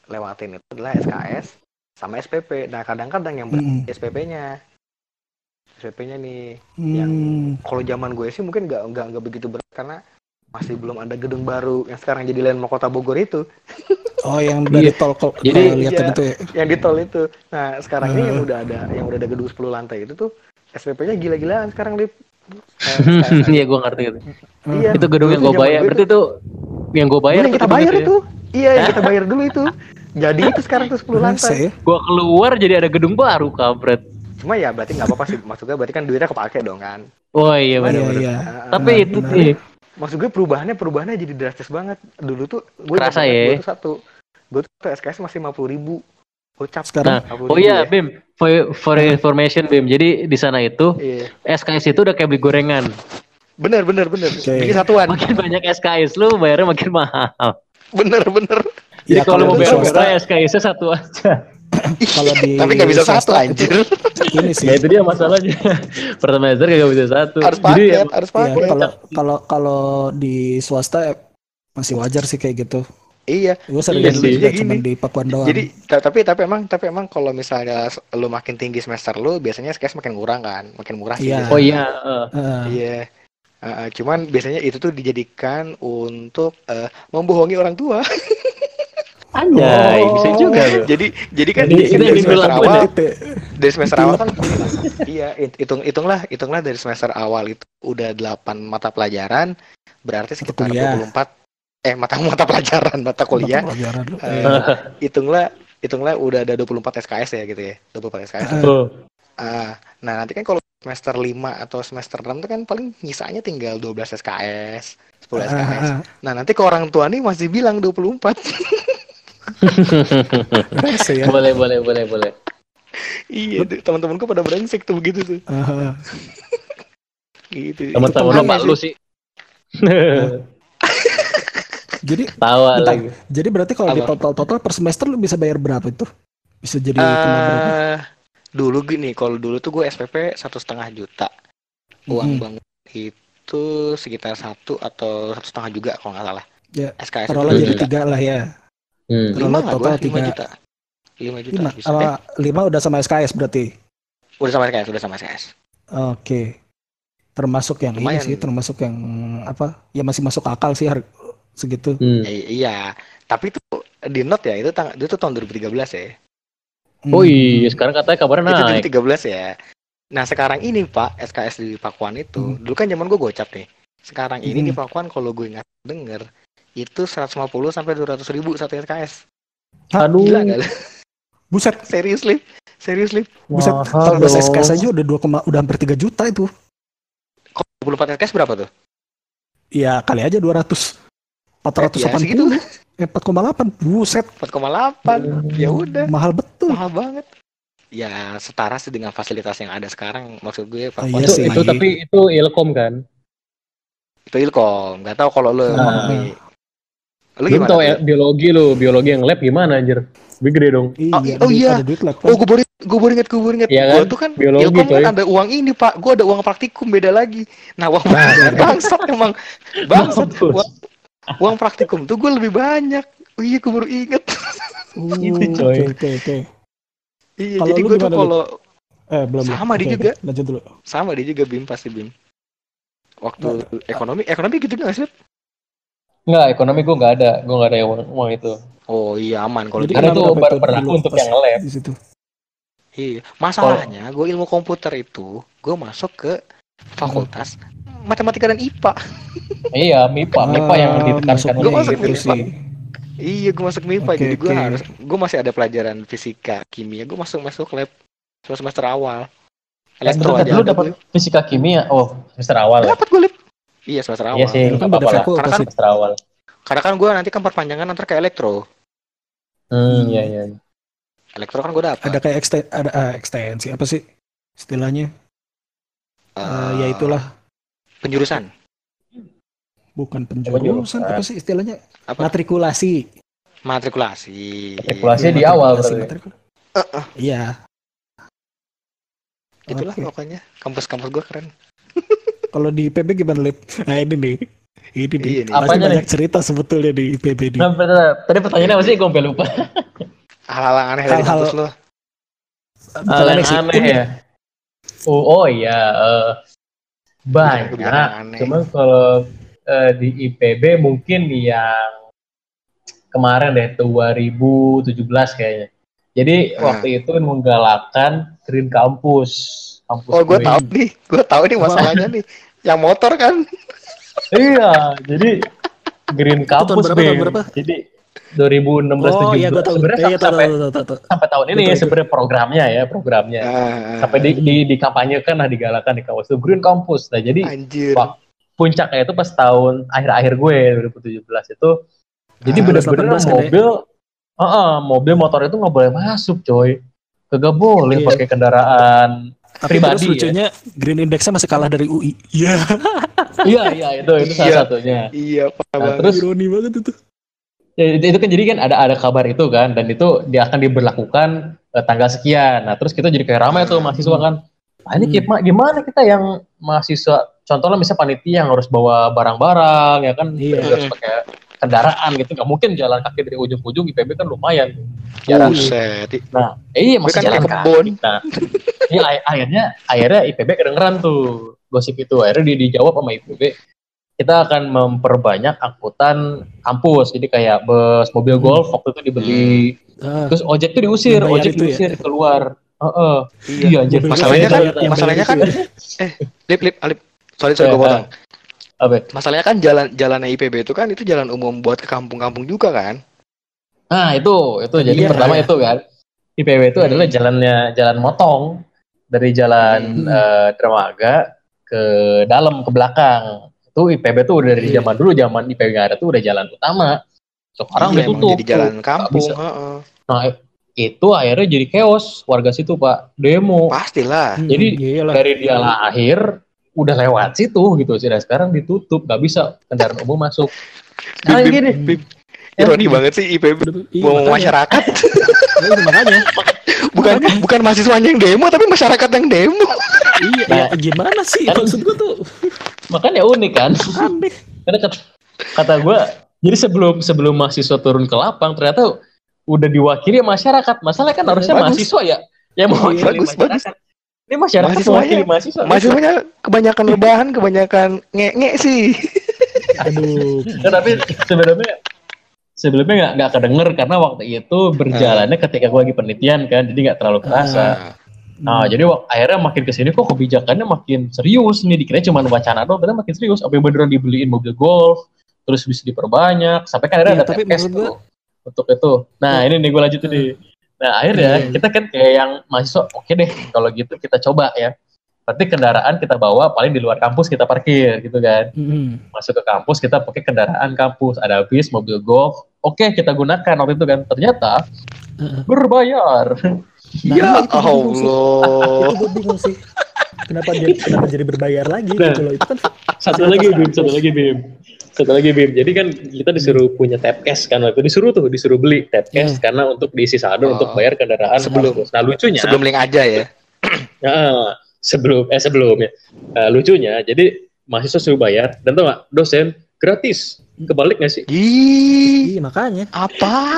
lewatin itu adalah S K S sama S P P. Nah kadang-kadang yang berat Mm. S P P-nya, S P P-nya nih, Hmm. yang kalau zaman gue sih mungkin nggak nggak nggak begitu berat karena masih belum ada gedung baru yang sekarang jadi landmark kota Bogor itu. Oh, yang dari Iya. tol kalau Jadi- lihat Iya. itu ya. Yang di tol itu. Nah sekarang ini yang Eh. udah ada yang udah ada gedung sepuluh lantai itu tuh S P P-nya gila-gilaan sekarang Lip. Eh, S K S aja. Iya gue ngerti itu. Iya. Itu gedung Dulu yang tuh gue zaman bayar. gue Berarti tuh- itu yang gue bayar Dulu yang tuh kita gedung bayar itu. itu. Iya yang kita bayar dulu itu. Jadi itu sekarang tuh sepuluh Berasa lantai. ya. Gue keluar jadi ada gedung baru kampret. Cuma ya berarti nggak apa-apa sih. Maksudnya berarti kan duitnya kepake dong kan. Oh iya Cuman- benar-benar. Iya, iya. Ah, Tapi Benar, itu benar. sih Maksud gue perubahannya perubahannya jadi drastis banget. Dulu tuh gue ingat Kerasa banget, ya. gue tuh satu gue tuh S K S masih lima puluh ribu. Gocap. Sekarang? Nah, lima puluh oh ribu iya ya. Bim, for, for information Bim. Jadi di sana itu Iya. S K S itu udah kayak beli gorengan. Bener bener bener. Oke. Bikin satuan. Makin banyak S K S lu bayarnya makin mahal. Bener bener. Jadi Ya, kalau mau di bayar swasta, murah S K S-nya satu aja. kalau di Tapi nggak bisa satu swasta anjir. itu ini sih. Ya itu dia masalahnya. Per semester gak bisa satu. Harus Jadi paket, emang- harus Ya, paket. kalau kalau kalau di swasta eh, masih wajar sih kayak gitu. Iya. Gue sering Iya beli sih. juga Jadi cuma gini. di Pakuan doang. Jadi ta- tapi tapi emang tapi emang kalau misalnya s- lu makin tinggi semester lu biasanya S K S makin kurang kan, makin murah sih. Iya. biasanya. Oh iya, eh. Eh, Iya. Uh, uh, cuman biasanya itu tuh dijadikan untuk uh, membohongi orang tua. Anjay, Oh. bisa juga loh. jadi jadi kan Jadi dari, itu yang dari dibilang semester gue awal, Gitu. dari semester awal kan iya hit- hitung hitunglah hitunglah dari semester awal itu udah delapan mata pelajaran, berarti sekitar kuliah. dua puluh empat eh mata mata pelajaran mata kuliah. Mata pelajaran lu. Uh, Iya. hitunglah hitunglah udah ada dua puluh empat S K S ya gitu ya. dua puluh empat S K S. Ah. Tuh. Ah, nah nanti kan kalau semester lima atau semester enam itu kan paling nyisanya tinggal dua belas S K S, sepuluh S K S. Ah, ah, Nah, nanti ke orang tua nih masih bilang dua puluh empat. rese ya. Boleh, boleh, boleh, boleh. Iya, tuh, teman-temanku pada brengsek tuh begitu tuh. Ah, ah. Gitu. Teman-teman lu Itu pak pengen lu sih. sih. Jadi Tawa bentar. lagi. Jadi berarti kalau di Apa? total-total per semester lu bisa bayar berapa itu? Bisa jadi kena berapa? Eh, dulu gini, kalau dulu tuh gue S P P satu setengah juta. Uang Mhm. bangun itu sekitar satu atau satu setengah juga kalau nggak salah. Ya, S K S taruhlah itu jadi juta. tiga lah ya. Hmm. Taruhlah Lima nggak gue? total Lima tiga. juta. Lima juta Lima, bisa. apa, Eh, lima udah sama S K S berarti. udah sama S K S, udah sama S K S. Oke. Termasuk yang Lumayan. ini sih, termasuk yang apa? Ya masih masuk akal sih harga segitu. Hmm. I- iya, tapi itu di note ya, itu tang- itu tahun dua ribu tiga belas ya. Hmm. Oh iya, sekarang katanya kabarnya Itu naik. dua ribu tiga belas ya. Nah sekarang ini Pak, S K S di Pakuan itu, Hmm. dulu kan zaman gue gocap nih. Sekarang ini Hmm. di Pakuan kalau gue nggak denger, itu seratus lima puluh sampai dua ratus ribu satu S K S. Aduh, Gila nggak? lu? Buset, Serius Lip? Serius Lip? buset. mahal Kalau udah S K S dong. aja udah dua, udah hampir tiga juta itu. Kalau dua puluh empat S K S berapa tuh? Ya kali aja dua ratus. empat ratus Eh, ya, delapan segitu. puluh. Eh, empat koma delapan. Buset, empat koma delapan. Ya udah, mahal betul. mahal banget. Ya setara sih dengan fasilitas yang ada sekarang. Maksud gue Oh, Pakuan iya Itu, sih. itu tapi itu Ilkom kan? itu Ilkom. Nggak tahu kalau lu Nah. nih. Lu Belum gimana? tahu tuh? ya, biologi lu, biologi yang lab gimana anjir? Lebih gede dong. Iya, Oh, ada oh duit- iya. ada duit lah. Oh, gue baru gue baru inget, gue baru inget. Iya Gue kan? tuh kan Biologi, Ilkom kan coy. ada uang ini Pak. Gue ada uang praktikum beda lagi. Nah, uang praktikum bangsat emang bangsat. Mampus. Uang, uang praktikum tuh gue lebih banyak. Oh, iya, gue baru inget. Uh, Itu, coy. Oke, oke, oke. Iya, Kalau jadi lu gue tuh gimana, kalau Eh, belum. belum. Sama dia Oke, juga. oke. Lanjut dulu. sama dia juga Bim pasti Bim. Waktu ekonomi, ekonomi gitu nggak sih? Lip? Enggak, ekonomi gue nggak ada, gue nggak ada yang uang, uang itu. Oh iya aman kalau Jadi di Karena kenapa itu berapa ber- berlaku dulu untuk pas yang lab. di situ? Iya, masalahnya gue ilmu komputer itu gue masuk ke fakultas matematika dan I P A. Iya, MIPA, MIPA yang Ah, ditekankan masuknya Gua masuk gitu nih, sih. Iya, gue masuk M I P A, Oke, jadi gue oke. harus, gue masih ada pelajaran fisika, kimia, gue masuk masuk lab semester awal. Elektro Bentar, aja lu ada dapat gue. fisika kimia, oh semester awal. ya? Dapat gue lab. Iya semester awal. Iya sih, Itu kan nggak beda apa-apa lah. fakultas Karena kan- sih. Semester awal. Karena kan gue nanti kan perpanjangan antar ke elektro. Hmm, iya iya. Elektro kan gue dapat. Ada kayak eksten, ada ah, ekstensi apa sih istilahnya? Eh, ya itulah, penjurusan. bukan Penjurusan. penjurusan, apa sih istilahnya? Apa? Matrikulasi. Matrikulasi. Matrikulasi Iya, di awal matrikulasi, berarti. matrikul- Iya. Itulah Oke. pokoknya. Kampus-kampus gue keren. Kalau di P B gimana, Lip? Nah ini nih, Ini di, Iya nih. masih Apanya banyak nih? cerita sebetulnya di I P B Nah, nih. bener. Tadi pertanyaannya apa sih? Gue sampai lupa. Hal-hal yang aneh dari Hal-hal- kampus lo. Bukan Hal yang aneh sih, aneh unik. ya. Oh, oh iya, eh, banyak. Kebiasaan aneh. Cuman kalau eh, di I P B mungkin yang kemarin deh dua ribu tujuh belas kayaknya. Jadi Ah. waktu itu menggalakkan Green Campus. Kampus Oh, gue gue. tahu nih, gue tahu nih masalahnya nih. Yang motor kan? Iya, jadi Green tahun Campus berapa, tahun Bim. berapa? Jadi dua ribu enam belas Oh iya, gue tujuh belas tahu. sebenarnya Eh, iya, tahu, sampai tahu, tahu, tahu, tahu. sampai tahun ini Betul, ya itu. sebenarnya programnya ya, programnya. Ah, Sampai di, di dikampanyekan lah, digalakan di kampus itu Green Campus. Nah, jadi anjir. wah, puncaknya itu pas tahun akhir-akhir gue dua ribu tujuh belas itu. Jadi Ah, bener-bener delapan belas kan ya? mobil Heeh, mobil motor itu nggak boleh masuk, coy. Kagak boleh Iya. pakai kendaraan Tapi pribadi terus lucunya Green Indexnya masih kalah dari U I. Iya. ya. Iya, iya itu itu salah Iya. satunya. Iya, parah Nah, banget. terus Ironi banget itu. ya, itu, itu kan jadi kan ada ada kabar itu kan, dan itu dia akan diberlakukan eh, tanggal sekian. Nah, terus kita jadi kayak ramai tuh mahasiswa kan. Nah, ini Hmm. gimana, gimana kita yang mahasiswa, contohnya misalnya panitia yang harus bawa barang-barang ya kan, Iya. harus pakai kendaraan gitu, nggak mungkin jalan kaki dari ujung ke ujung. I P B kan lumayan jarak. Buset. Nah, eh, iya masih Kan jalan kayak kebun. kaki. Nah, ini ay- akhirnya akhirnya I P B kedengeran tuh gosip itu. Akhirnya di, dijawab sama I P B, kita akan memperbanyak angkutan kampus. Jadi kayak bus, mobil Hmm. golf waktu itu dibeli. Ah, Terus ojek tuh diusir, Yang bayar ojek itu ya? diusir keluar. Heeh. Iya. Iya, anjir. Masalahnya kan, Yang bayar masalahnya kan, itu eh, lip, lip, alip. Sorry, sorry, gue Eh, potong. Apa? Masalahnya kan jalan jalannya I P B itu kan itu jalan umum buat ke kampung-kampung juga kan? Nah, itu itu jadi Iya. pertama itu kan. I P B itu Hmm. adalah jalannya jalan motong dari jalan Hmm. eh, Dermaga ke dalam ke belakang. Itu I P B tuh udah dari Iya. zaman dulu, zaman I P B nggak ada tuh udah jalan utama. Sekarang Iya, udah emang tutup. jadi jalan tuh. Nggak kampung. bisa. Heeh. Nah, itu akhirnya jadi chaos warga situ, Pak. Demo. Pastilah. Hmm, Jadi iyalah. dari dia lahir udah lewat situ gitu sih. Dan sekarang ditutup, nggak bisa kendaraan umum masuk. Sekarang Bim, gini, Bim, Ironi banget sih I P B Iya, mau makanya. masyarakat. Iya, makanya. bukan bukan mahasiswanya yang demo tapi masyarakat yang demo. Iya, Nah, ya, gimana sih? kan- Maksud gue tuh makanya unik kan. aneh. Karena kata, kata gue, jadi sebelum sebelum mahasiswa turun ke lapang ternyata udah diwakili masyarakat. Masalahnya kan harusnya Bagus. mahasiswa ya yang mewakili Bagus, masyarakat. Ini masyarakat Mahasiswanya- mewakili mahasiswa. Mahasiswanya kebanyakan rebahan, kebanyakan nge-nge sih. Aduh. Nah, tapi sebenarnya sebelumnya nggak nggak kedenger karena waktu itu berjalannya ketika gue lagi penelitian kan, jadi nggak terlalu kerasa. Nah, jadi wak- akhirnya makin kesini kok kebijakannya makin serius nih, dikira cuma wacana doang, ternyata makin serius. Apa yang beneran dibeliin mobil golf, terus bisa diperbanyak, sampai kan akhirnya Iya, ada tapi T P S maksud tuh gua- untuk itu. Nah, ini nih gue lanjut nih. Nah, akhirnya Iya. kita kan kayak yang mahasiswa, oke deh, kalau gitu kita coba ya. Berarti kendaraan kita bawa paling di luar kampus kita parkir gitu kan. Hmm. Masuk ke kampus kita pakai kendaraan kampus, ada bis, mobil golf. Oke, kita gunakan waktu itu kan. Ternyata Heeh. berbayar. Nah, Ya itu gua bingung sih. Allah. Itu gue bingung sih. Kenapa dia kenapa jadi berbayar lagi Nah. gitu loh? Itu kan Satu lagi Bim, satu lagi Bim. Satu lagi Bim. Jadi kan kita disuruh punya tap cash kan waktu itu, disuruh tuh disuruh beli tap cash Iya. karena untuk diisi saldo Oh. untuk bayar kendaraan Sebelum- kampus. Nah, lucunya Sebelum link aja ya. Nah, sebelum eh sebelum ya. Nah, lucunya jadi mahasiswa suruh bayar dan tau gak, dosen gratis. Kebalik gak sih? Ih, iya makanya. apa?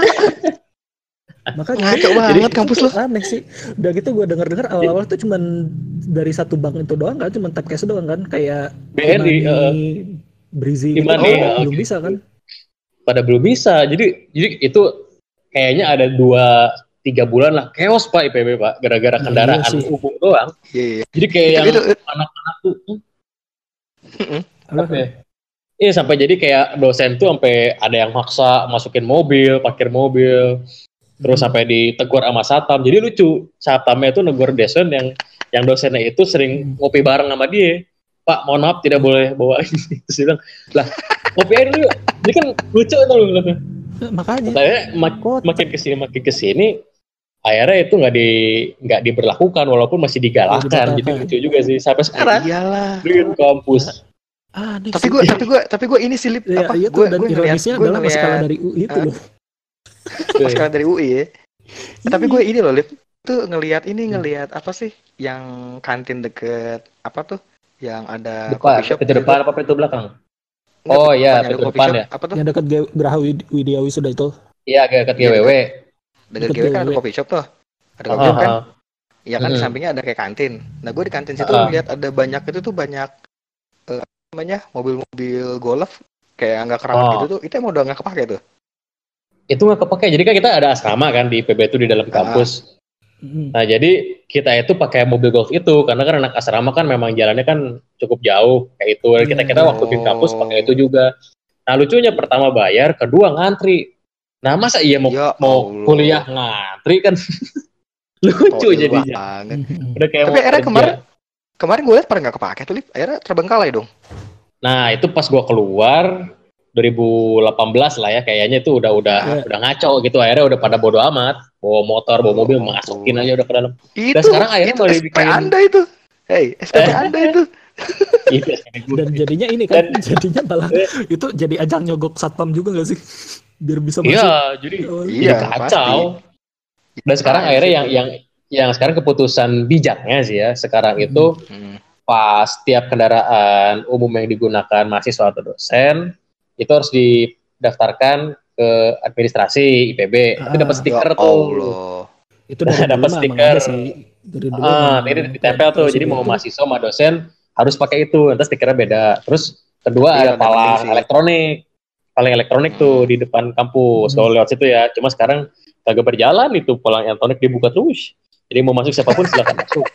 Makanya Ngaco banget kampus itu lu. aneh sih. Udah gitu gue denger-dengar awal-awal tuh cuman dari satu bank itu doang kan, cuman tap cash doang kan, kayak B N I, Imani, uh, Brizi gitu. Imani, Oh, uh, belum gitu. bisa kan? Pada belum bisa. Jadi jadi itu kayaknya ada dua tiga bulan lah chaos Pak I P B Pak gara-gara Nah, kendaraan iya sih. umum doang. Iya, iya. Jadi kayak Itu- yang itu- anak-anak tuh hmm, Apa? apa ya? Iya sampai jadi kayak dosen tuh sampai ada yang maksa masukin mobil, parkir mobil, terus Hmm. sampai ditegur sama satpam. Jadi lucu, satpamnya itu negur dosen yang yang dosennya itu sering Hmm. ngopi bareng sama dia. Pak, mohon maaf tidak boleh bawa ini. Terus dia bilang, lah ngopi aja dulu. Jadi kan lucu itu loh. Eh, Makanya. Katanya mak- Kok makin kesini makin kesini, akhirnya itu nggak di nggak diberlakukan walaupun masih digalakkan. Dibatalkan. Jadi lucu juga sih sampai sekarang. Iyalah. Dengan kampus. aneh Tapi sih. gue, tapi gue, tapi gue ini silip Ya, apa? iya Gue, tuh, dan gue ngeliat, ironisnya gue adalah masih kalah ngeliat dari U I itu Ah. loh. sekarang dari U I ya. Tapi gue ini loh, Lip. Tuh ngelihat ini Hmm. ngelihat apa sih? Yang kantin deket apa tuh? Yang ada Depan, coffee shop pintu gitu. depan apa pintu belakang? Oh iya, Depannya ada pintu coffee depan shop, ya. apa tuh? Yang dekat G- Geraha Wid- Widya Wisuda itu. Iya, agak dekat Iya, G W W. Dekat Dekat G W kan ada G W W. coffee shop tuh. Ada Ah, coffee shop kan? ah, Iya kan di mm-mm. sampingnya ada kayak kantin. Nah gue di kantin situ Ah, lihat ada banyak itu tuh banyak eh, apa namanya mobil-mobil golf kayak nggak kerawat gitu oh, tuh. Itu emang udah nggak kepake tuh. itu nggak kepake. Jadi kan kita ada asrama kan di I P B itu di dalam Ah, kampus. Mm. Nah, jadi kita itu pakai mobil golf itu karena kan anak asrama kan memang jalannya kan cukup jauh kayak itu. Dan kita Iya. kita waktu di kampus pakai itu oh, juga. Nah, lucunya pertama bayar, kedua ngantri. Nah, masa iya mau ya mau kuliah Allah, ngantri kan lucu toil jadinya. banget. Mhm. Udah kayak Tapi mau akhirnya kerja. kemarin kemarin gue lihat pada nggak kepake tuh, Lip. Akhirnya terbengkalai dong. Nah, itu pas gua keluar dua ribu delapan belas lah ya, kayaknya itu udah udah Nah, Ya. udah ngaco gitu. Akhirnya udah pada bodo amat, bawa motor, bawa ya mobil, masukin ampun. aja udah ke dalam. Dan Itu sekarang akhirnya itu mau S P dibikin Anda itu. Hey, S P P Anda itu. itu S P P gue. Dan jadinya ini Dan kan, jadinya malah itu jadi ajang nyogok satpam juga nggak sih? Biar bisa masuk. iya, jadi Oh, jadi Iya, pasti. kacau. Dan sekarang Apaan akhirnya sih yang itu? yang yang sekarang keputusan bijaknya sih ya, sekarang Mhm. itu Hmm. pas tiap kendaraan umum yang digunakan mahasiswa atau dosen itu harus didaftarkan ke administrasi I P B. Tapi dapat Ah, Ya stiker tuh. Allah. itu dari dulu Dapat mah emang stiker. ada sih. Dari dulu Ah, emang ini ditempel tuh. Jadi mau prosedur. mahasiswa sama dosen harus pakai itu. Nanti stikernya beda. Terus kedua Iya, ada udah penting palang sih. elektronik. Palang elektronik tuh Hmm. di depan kampus. Mhm. Kalau lewat situ ya. Cuma sekarang kagak berjalan itu palang elektronik dibuka terus. Jadi mau masuk siapapun silakan masuk.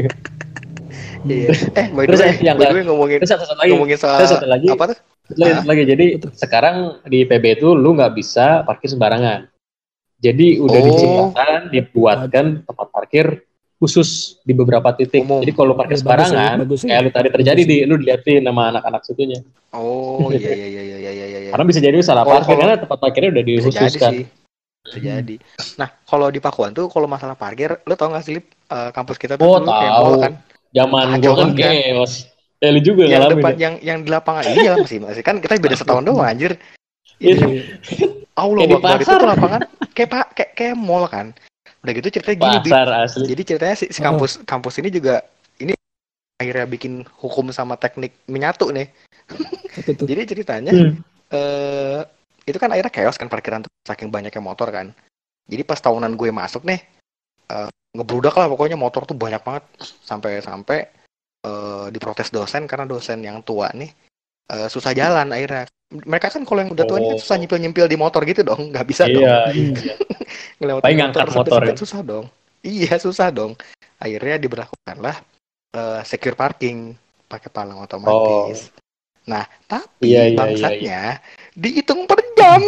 Iya. Eh, by the Terus way, yang by the ke- way ngomongin Terus satu, satu lagi. ngomongin soal Terus satu lagi. apa tuh? Satu lagi, Ah, satu lagi. Jadi Betul. sekarang di I P B itu lu nggak bisa parkir sembarangan. Jadi udah oh, diciptakan, dibuatkan tempat parkir khusus di beberapa titik. umum. Jadi kalau parkir Ya, bagus sih, sembarangan, bagus sih. kayak lu tadi Bagus terjadi sih. di, lu diliatin sama anak-anak situnya. Oh, iya iya iya iya iya iya. iya. Karena bisa jadi lu salah Kalau parkir kalau karena tempat parkirnya udah bisa jadi dikhususkan. sih, bisa jadi. Nah, kalau di Pakuan tuh kalau masalah parkir, lu tau nggak sih, Lip? Eh, kampus kita tuh Oh dulu kayak mall tahu, kan, zaman kacau gua kan banget kan. chaos. Eh lu juga Yang ngalamin depan ya? yang yang di lapangan iya masih masih kan kita beda setahun doang anjir. Itu Ini Iya. Allah kayak di Akbar itu pasar, tuh lapangan kayak pak kayak kayak mall kan. Udah gitu ceritanya gini, Bib. pasar asli. Jadi ceritanya si, si Oh, kampus kampus ini juga ini akhirnya bikin hukum sama teknik menyatu nih. apa tuh? Jadi ceritanya Hmm. eh itu kan akhirnya chaos kan parkiran tuh saking banyaknya motor kan. Jadi pas tahunan gue masuk nih eh, ngebludak lah pokoknya motor tuh banyak banget sampai-sampai eh, diprotes dosen karena dosen yang tua nih eh, susah jalan akhirnya. Mereka kan kalau yang udah tua ini kan susah Oh nyempil-nyempil di motor gitu dong, nggak bisa dong iya Hmm. iya. ngelewatin Paling motor ngangkat sampai motor sepet ya. susah dong. Iya susah dong. Akhirnya diberlakukanlah eh, secure parking pakai palang Oh otomatis. Nah iya tapi iya iya iya. bangsatnya dihitung per jam,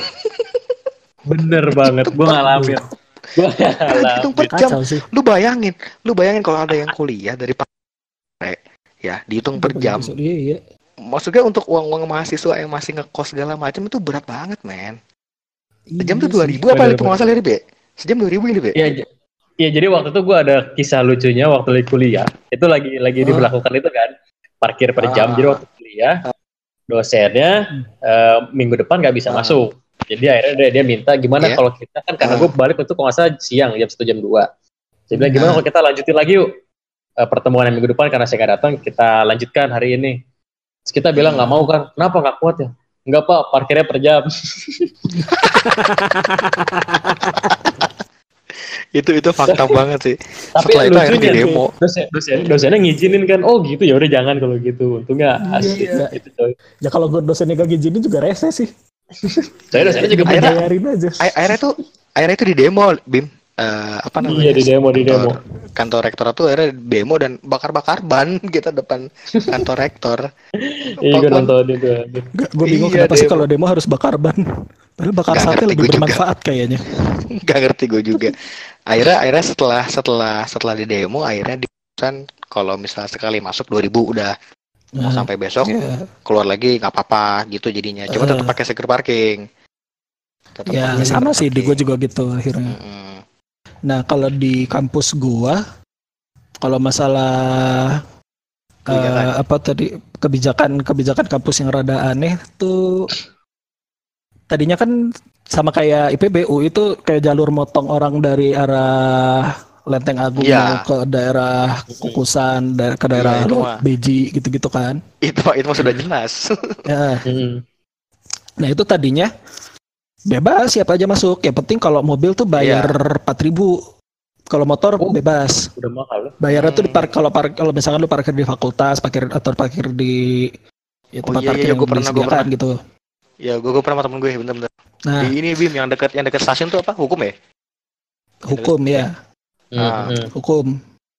Bener banget, dihitung gua per ngalamin. Gua dihitung per ngalamin. jam. Kacau sih. Lu bayangin, lu bayangin kalau ada yang kuliah dari Pare, ya dihitung Udah per pagi jam. besok. Iya, iya. Maksudnya untuk uang-uang mahasiswa yang masih ngekos segala macam itu berat banget, men. Sejam tuh Iya dua sih. ribu apa Bener itu nggak salah bener. ya, Be? Sejam dua ribu ini, Be? Iya, j- iya jadi waktu itu gue ada kisah lucunya waktu lagi kuliah. Itu lagi lagi Oh, diberlakukan itu kan parkir per jam. Jadi Ah, waktu kuliah ah, dosennya hmm. eh, minggu depan nggak bisa ah. masuk. Jadi akhirnya dia, dia minta gimana Iya. kalau kita kan karena gue Ah, balik itu kalau nggak salah siang jam satu jam dua. Dia bilang Hmm. gimana ah. kalau kita lanjutin lagi yuk eh, pertemuan yang minggu depan karena saya nggak datang kita lanjutkan hari ini. Terus kita bilang nggak Hmm. mau kan? Kenapa nggak kuat ya? Nggak pak parkirnya per jam. Itu itu fakta banget sih. Tapi Setelah itu akhirnya lucunya di tuh demo. dosen dosen dosennya ngizinin kan, oh gitu ya udah jangan kalau gitu. Untungnya Iya, asik iya. gitu coy. Ya kalau gue dosennya gak ngizinin juga rese sih. Saya Iya. dosennya juga Tinggal punya. Akhirnya bayarin aja. a- akhirnya tuh akhirnya itu di demo, Bim. Eh, apa Iya namanya? di demo di demo. Kantor kantor rektor tuh akhirnya demo dan bakar-bakar ban kita depan kantor rektor. Iya gue Pakuan nonton itu. Gak, gue bingung iya kenapa sih demo. kalau demo harus bakar ban. Padahal bakar Nggak sate ngerti lebih gue juga. bermanfaat kayaknya. Nggak ngerti gue juga. Akhirnya akhirnya setelah setelah setelah di demo akhirnya diputuskan kalau misalnya sekali masuk dua ribu udah mau Nah, sampai besok ya, keluar lagi nggak apa-apa gitu jadinya. Cuma tetap eh, pakai secure parking. Tetap ya pakai sama secure sih di gue parking. juga gitu akhirnya. Mm-mm. Nah kalau di kampus gua, kalau masalah Kebijakan. eh, apa tadi kebijakan kebijakan kampus yang rada aneh tuh tadinya kan sama kayak I P B U itu kayak jalur motong orang dari arah Lenteng Agung Iya. mau ke daerah Kukusan, daerah ke daerah Iya, itu mah. Beji gitu-gitu kan. Itu itu mah sudah jelas. Ya. Hmm. Nah itu tadinya bebas siapa aja masuk. Yang penting kalau mobil tuh bayar empat ribu. Kalau motor Oh. bebas. Udah mahal. Bayarnya tuh di Hmm. park kalau park kalau misalkan lu parkir di fakultas, parkir atau parkir di ya, Oh, tempat iya, parkir iya, yang gua pernah, gua disediakan pernah. gitu. Ya, gue gue pernah sama temen gue, bener-bener. Nah, Di ini Bim yang dekat yang dekat stasiun tuh apa? Hukum ya? hukum ya, Hmm, Ah. hmm. hukum.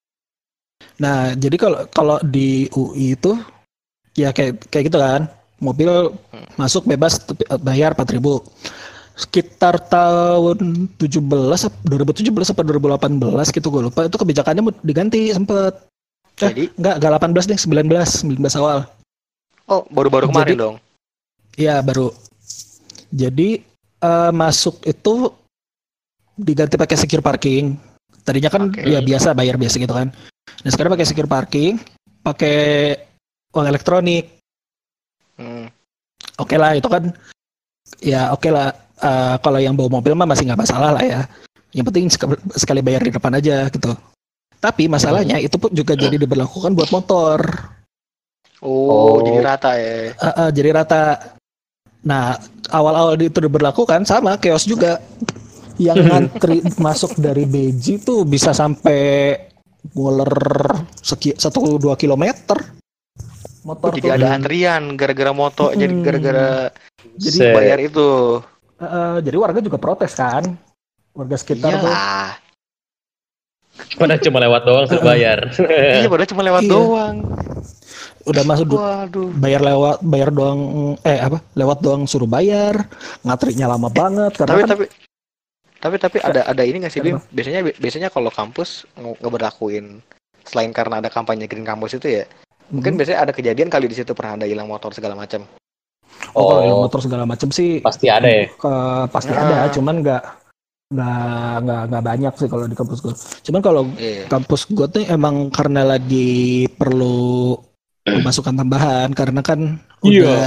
Nah, jadi kalau kalau di U I itu ya kayak kayak gitu kan. Mobil Hmm. masuk bebas tapi, eh, bayar empat ribu. Sekitar tahun tujuh belas dua ribu tujuh belas atau dua ribu delapan belas gitu gue lupa, itu kebijakannya mau diganti sempet. Eh, Jadi, enggak, enggak delapan belas deh, sembilan belas, sembilan belas awal. oh baru-baru kemarin Jadi- dong. Iya, baru. Jadi eh, masuk itu diganti pakai secure parking. Tadinya kan Oke. ya biasa bayar biasa gitu kan. Nah, sekarang pakai secure parking, pakai uang elektronik. Hmm. Oke lah, itu kan ya oke lah. Eh, kalau yang bawa mobil mah masih nggak masalah lah ya. Yang penting sek- sekali bayar di depan aja gitu. Tapi masalahnya itu pun juga jadi diberlakukan buat motor. Oh, Oh. jadi rata ya. Eh, eh, jadi rata. Nah, awal-awal itu diberlakukan sama chaos juga. Yang ngantri masuk dari Beji tuh bisa sampai nguler seki satu dua kilometer. Motor Jadi tuh. ada antrian gara-gara motor, jadi Hmm. gara-gara Jadi, Se- bayar itu. eh, eh, jadi warga juga protes kan. Warga sekitar tuh. Iyalah. Padahal cuma lewat doang suruh bayar. Iya, padahal cuma lewat Iya. doang. Udah masuk du- Waduh. bayar lewat bayar doang eh apa? Lewat doang suruh bayar. Ngatrinya lama banget karena Tapi kan tapi tapi tapi ada ada ini nggak sih Bim? Kenapa? Biasanya biasanya kalau kampus nge- ngeberlakuin selain karena ada kampanye Green Campus itu ya, mungkin Mhm. biasanya ada kejadian kali di situ pernah ada hilang motor segala macam. oh, kalau yang Oh, motor segala macam sih pasti ada ya. ke- pasti Nah. ada, cuman nggak nggak nggak nggak banyak sih kalau di kampus gue. Cuman kalau Iya. kampus gue tuh emang karena lagi perlu pemasukan tambahan karena kan Iya. udah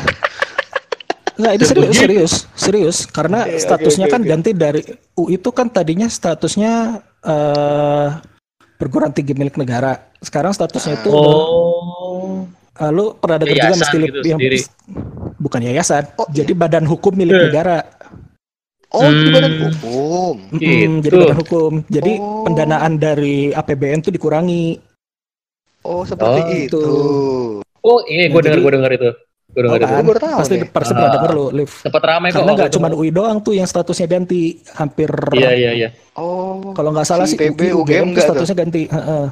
nggak itu serius serius serius karena Oke, oke, statusnya oke, kan oke. ganti dari U I itu kan tadinya statusnya eh perguruan tinggi milik negara. Sekarang statusnya itu udah, Oh. eh, lu pernah dengar juga Yayasan mesti gitu sendiri. bukan yayasan, Oh, jadi badan hukum milik Eh. negara. Oh, itu Hmm. badan hukum. Mm-mm, Gitu. jadi badan hukum. Jadi Oh. pendanaan dari A P B N tuh dikurangi. Oh, seperti Oh, itu. Oh, iya, gue Nah, dengar, jadi- gue dengar itu. Gue dengar Oh, itu. kan? Gue baru tahu Pasti nih. pasti pernah Ah. denger lu, Liv. Sempat ramai kok. Karena nggak waktu cuma itu. U I doang tuh yang statusnya ganti, hampir Iya, iya, iya. Oh. kalau nggak salah si sih I P B, U I, U G M tuh enggak tuh. statusnya ganti. Heeh.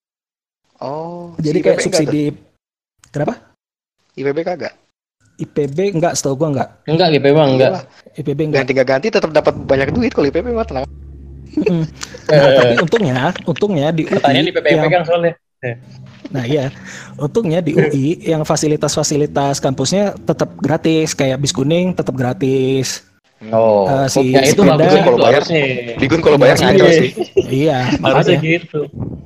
Oh. Jadi si kayak I P B enggak subsidi. Kenapa? tuh? I P B kagak. I P B enggak, setahu gua enggak. Enggak, G P memang enggak. Iyalah. I P B enggak. Ganti nggak ganti tetap dapat banyak duit kalau I P B mah tenang. Mm-mm. Nah, tapi untungnya, untungnya di U I Pertanyaan di P P yang yang pegang soalnya. Nah iya, untungnya di U I yang fasilitas-fasilitas kampusnya tetap gratis, kayak bis kuning tetap gratis. Oh, Eh, si ya itu sepeda- bagus Kalau kalau bayar- bayar harusnya. Bigun kalau bayar Iya, ngaco iya. sih. Iya, Harusnya makanya gitu.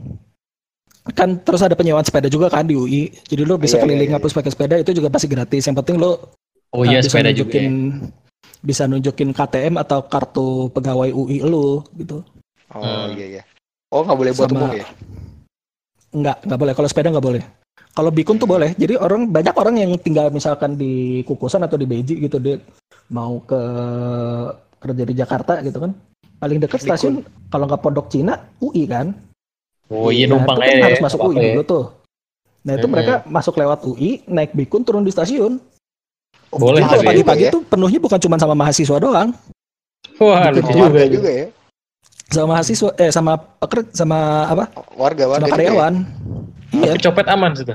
kan terus ada penyewaan sepeda juga kan di U I. Jadi lo bisa Iya, keliling iya, iya. kampus pakai sepeda itu juga pasti gratis. Yang penting lo Oh eh, iya, bisa sepeda juga. nunjukin Ya. bisa nunjukin K T M atau kartu pegawai U I lo gitu. Oh Hmm. iya iya. Oh nggak boleh buat Sama- umum ya? Enggak, enggak boleh. Kalau sepeda enggak boleh. Kalau Bikun tuh boleh. Jadi orang banyak orang yang tinggal misalkan di Kukusan atau di Beji gitu, dia mau ke kerja di Jakarta gitu kan. Paling dekat Bikun. stasiun kalau nggak Pondok Cina U I kan. Oh iya, Nah, numpang itu kan aja. harus ya, masuk apa-apa U I ya. dulu tuh. Nah, itu Mm-mm. mereka masuk lewat U I, naik Bikun turun di stasiun. Oh, Boleh, Jadi jauh kalau tapi- pagi-pagi juga ya? tuh penuhnya bukan cuma sama mahasiswa doang, Wah, Gitu. lucu Oh, juga. warga itu. juga ya? sama mahasiswa eh sama pekerja sama apa? Warga warga Sama juga ya? karyawan. Iya. Tapi copet aman situ.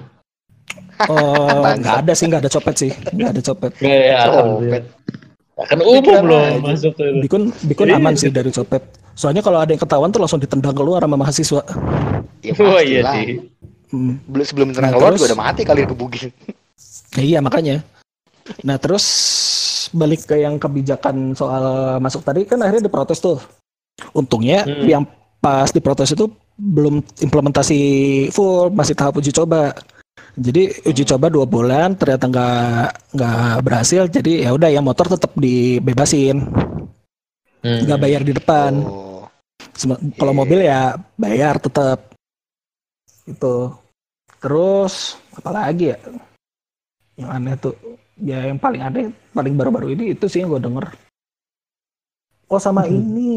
Oh, Bangsat. nggak ada sih, nggak ada copet sih, nggak ada copet. Enggak ya, Copet. alhamdulillah. Kan umum Pikiran loh aja. masuk tuh. Bikun Bikun Iya. aman sih dari copet. Soalnya kalau ada yang ketahuan tuh langsung ditendang keluar sama mahasiswa. Ya Wah iya pastilah. sih. Hmm. Belum sebelum tenang Nah, keluar terus- juga udah mati kali gebugin. Ya, iya makanya. Nah terus balik ke yang kebijakan soal masuk tadi kan akhirnya diprotes tuh. Untungnya Hmm. yang pas diprotes itu belum implementasi full, masih tahap uji coba. Jadi uji Hmm. coba dua bulan ternyata nggak nggak berhasil. Jadi ya udah yang motor tetap dibebasin, Hmm. nggak bayar di depan. Oh. Kalau Iya. mobil ya bayar tetap. Itu. Terus apa lagi ya? Yang aneh tuh. Ya yang paling aneh, paling baru-baru ini itu sih yang gue denger. Oh sama Mhm. ini.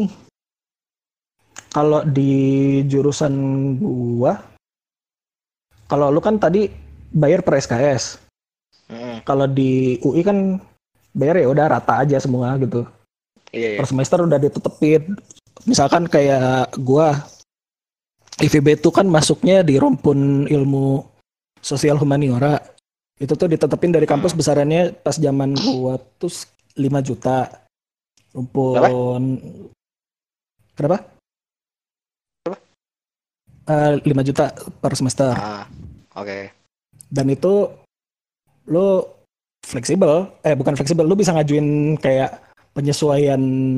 Kalau di jurusan gua, kalau lu kan tadi bayar per S K S. Mm. Kalau di U I kan bayar ya udah rata aja semua gitu. Iya, iya. Per semester udah ditetepin. Misalkan kayak gua I V B itu kan masuknya di rumpun ilmu sosial humaniora. Itu tuh ditetepin dari kampus Hmm. besarannya pas zaman gua tuh lima juta. Rumpun kenapa? Berapa? Eh, lima juta per semester. Ah, oke. Dan itu lu fleksibel, eh bukan fleksibel, lu bisa ngajuin kayak penyesuaian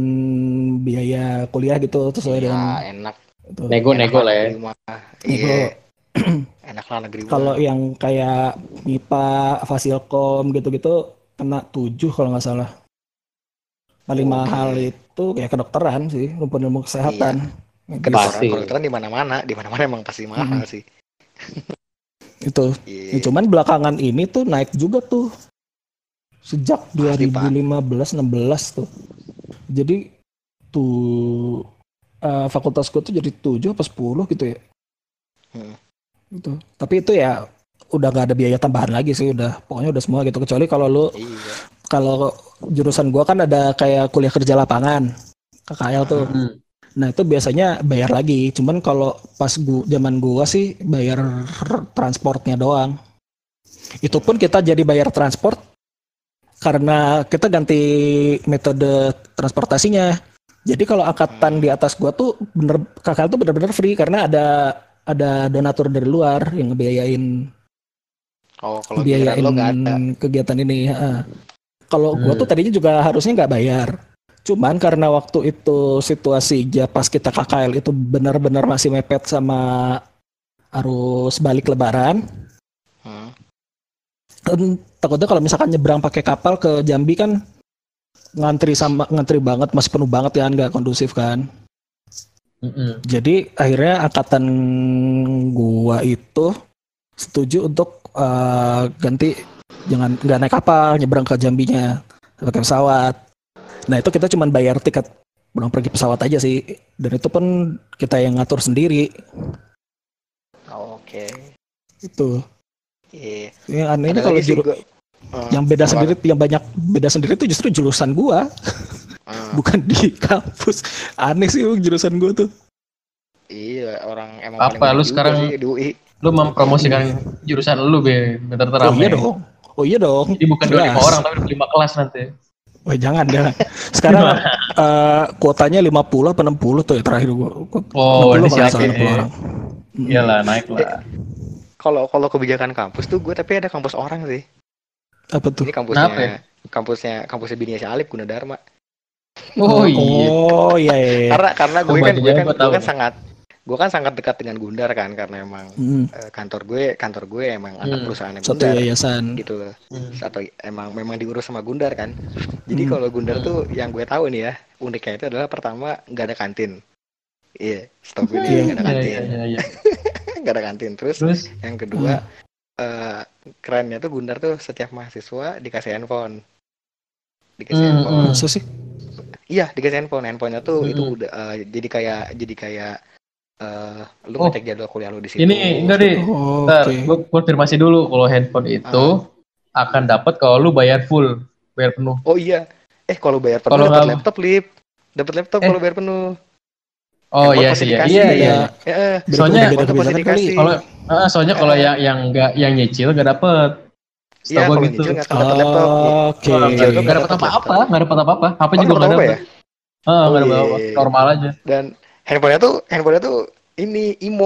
biaya kuliah gitu sesuai Iya, dengan enak. itu. Enak Nego-nego lah lah ya. negeri mah. Nego. Iya, enak lah negeri Kalau mah. yang kayak M I P A, Fasilkom gitu-gitu kena tujuh kalau nggak salah. Paling Oke. mahal itu kayak kedokteran sih, rumpun ilmu Iya. kesehatan. Gitu. Kedokteran, Pasti. kedokteran di mana-mana, di mana-mana emang pasti mahal Mm-mm. sih. Itu. Ya, Iya. cuman belakangan ini tuh naik juga tuh. Sejak Pasti, Pak. dua ribu lima belas enam belas tuh. Jadi tuh eh, fakultas gue tuh jadi tujuh apa sepuluh gitu ya. Hmm. Gitu. Tapi itu ya udah gak ada biaya tambahan lagi sih, udah pokoknya udah semua gitu, kecuali kalau lu Iya. kalau jurusan gua kan ada kayak kuliah kerja lapangan K K L tuh. Mhm. Nah, itu biasanya bayar lagi. Cuman kalau pas gua zaman gua sih bayar transportnya doang. Itu pun kita jadi bayar transport karena kita ganti metode transportasinya. Jadi kalau angkatan di atas gua tuh bener K K L tuh bener-bener free karena ada ada donatur dari luar yang ngebiayain Oh, kalau giliran biayain lo nggak ada. kegiatan ini. Heeh. Kalau gua tuh Hmm. tadinya juga harusnya nggak bayar. Cuman karena waktu itu situasinya pas kita K K L itu benar-benar masih mepet sama arus balik Lebaran. Hmm. Kan takutnya kalau misalkan nyebrang pakai kapal ke Jambi kan ngantri sama ngantri banget, masih penuh banget ya, nggak kondusif kan. Mhm. Jadi akhirnya angkatan gua itu setuju untuk uh, ganti, jangan nggak naik kapal, nyebrang ke Jambinya pakai pesawat. Nah itu kita cuma bayar tiket pulang pergi pesawat aja sih, dan itu pun kita yang ngatur sendiri. Oh, oke. Itu Iya. yang aneh ini Ada kalau lagi sih juru, gua. Hmm, yang beda apa? sendiri, yang banyak beda sendiri itu justru jurusan gua, Hmm. bukan di kampus. Aneh sih jurusan gua tuh. Iya, orang emang Apa, paling lu banyak juga sekarang sih di U I. Lu mempromosikan jurusan lu be, bentar Oh terame. iya dong, oh iya dong. Jadi bukan dua puluh lima Jelas. orang tapi dua puluh lima kelas nanti. Wah jangan jangan. Sekarang uh, kuotanya lima puluh apa enam puluh tuh ya terakhir gua. Oh, enam puluh ini kalau nggak salah, siapa? enam puluh orang. Mm. Iyalah, naik lah. Kalau kalau kebijakan kampus tuh gue tapi ada kampus orang sih. Apa tuh? Ini kampusnya Kenapa ya? kampusnya kampusnya Bini Alif Gunadarma. Oh iya. Oh iya iya. iya. Karena karena gue Oh, kan gue bajunya kan gua gue tahu kan nih. sangat gue kan sangat dekat dengan Gundar kan karena emang Mm. eh, kantor gue kantor gue emang anak Hmm. perusahaan Satu Gundar yayasan. gitu loh. Hmm. Atau emang memang diurus sama Gundar kan. Jadi Hmm. kalau Gundar Hmm. tuh yang gue tahu nih ya, uniknya itu adalah pertama nggak ada kantin. Iya, stop ini Iya. nggak ada Iya kantin. iya iya iya. Nggak ada kantin. Terus Terus yang kedua eh, kerennya tuh Gundar tuh setiap mahasiswa dikasih handphone. Dikasih Hmm, handphone. hmm. Masa sih? Iya, dikasih handphone. Handphonenya tuh Hmm, itu hmm. udah eh, jadi kayak jadi kayak eh lu Oh. ngecek jadwal kuliah lu di situ. Ini enggak deh. Oh, Ntar, oke. gue konfirmasi dulu kalau handphone itu akan dapat kalau lu bayar full, bayar penuh. Oh iya. Eh kalau bayar penuh Kalau dapat nggak- laptop, Lip. Dapat laptop Eh. kalau bayar penuh. Oh Handphone iya pasti sih ya. dikasih. Iya iya. Ya, eh, Beda- Soalnya beda handphone tuh pasti kebijakan kali. dikasih. Kalau ah, soalnya kalau yang yang enggak yang nyicil enggak dapet. Iya, Setahu kalau gua gitu. nyicil nggak akan dapat laptop. Oke. Oh, Nyicil tuh nggak nggak dapat dapat apa-apa, laptop. nggak dapat apa-apa. H P Oh, juga nggak nggak dapat apa dapat. Ah, Oh, nggak dapat iya. apa-apa. Normal aja. Dan handphonenya tuh handphonenya tuh ini Imo,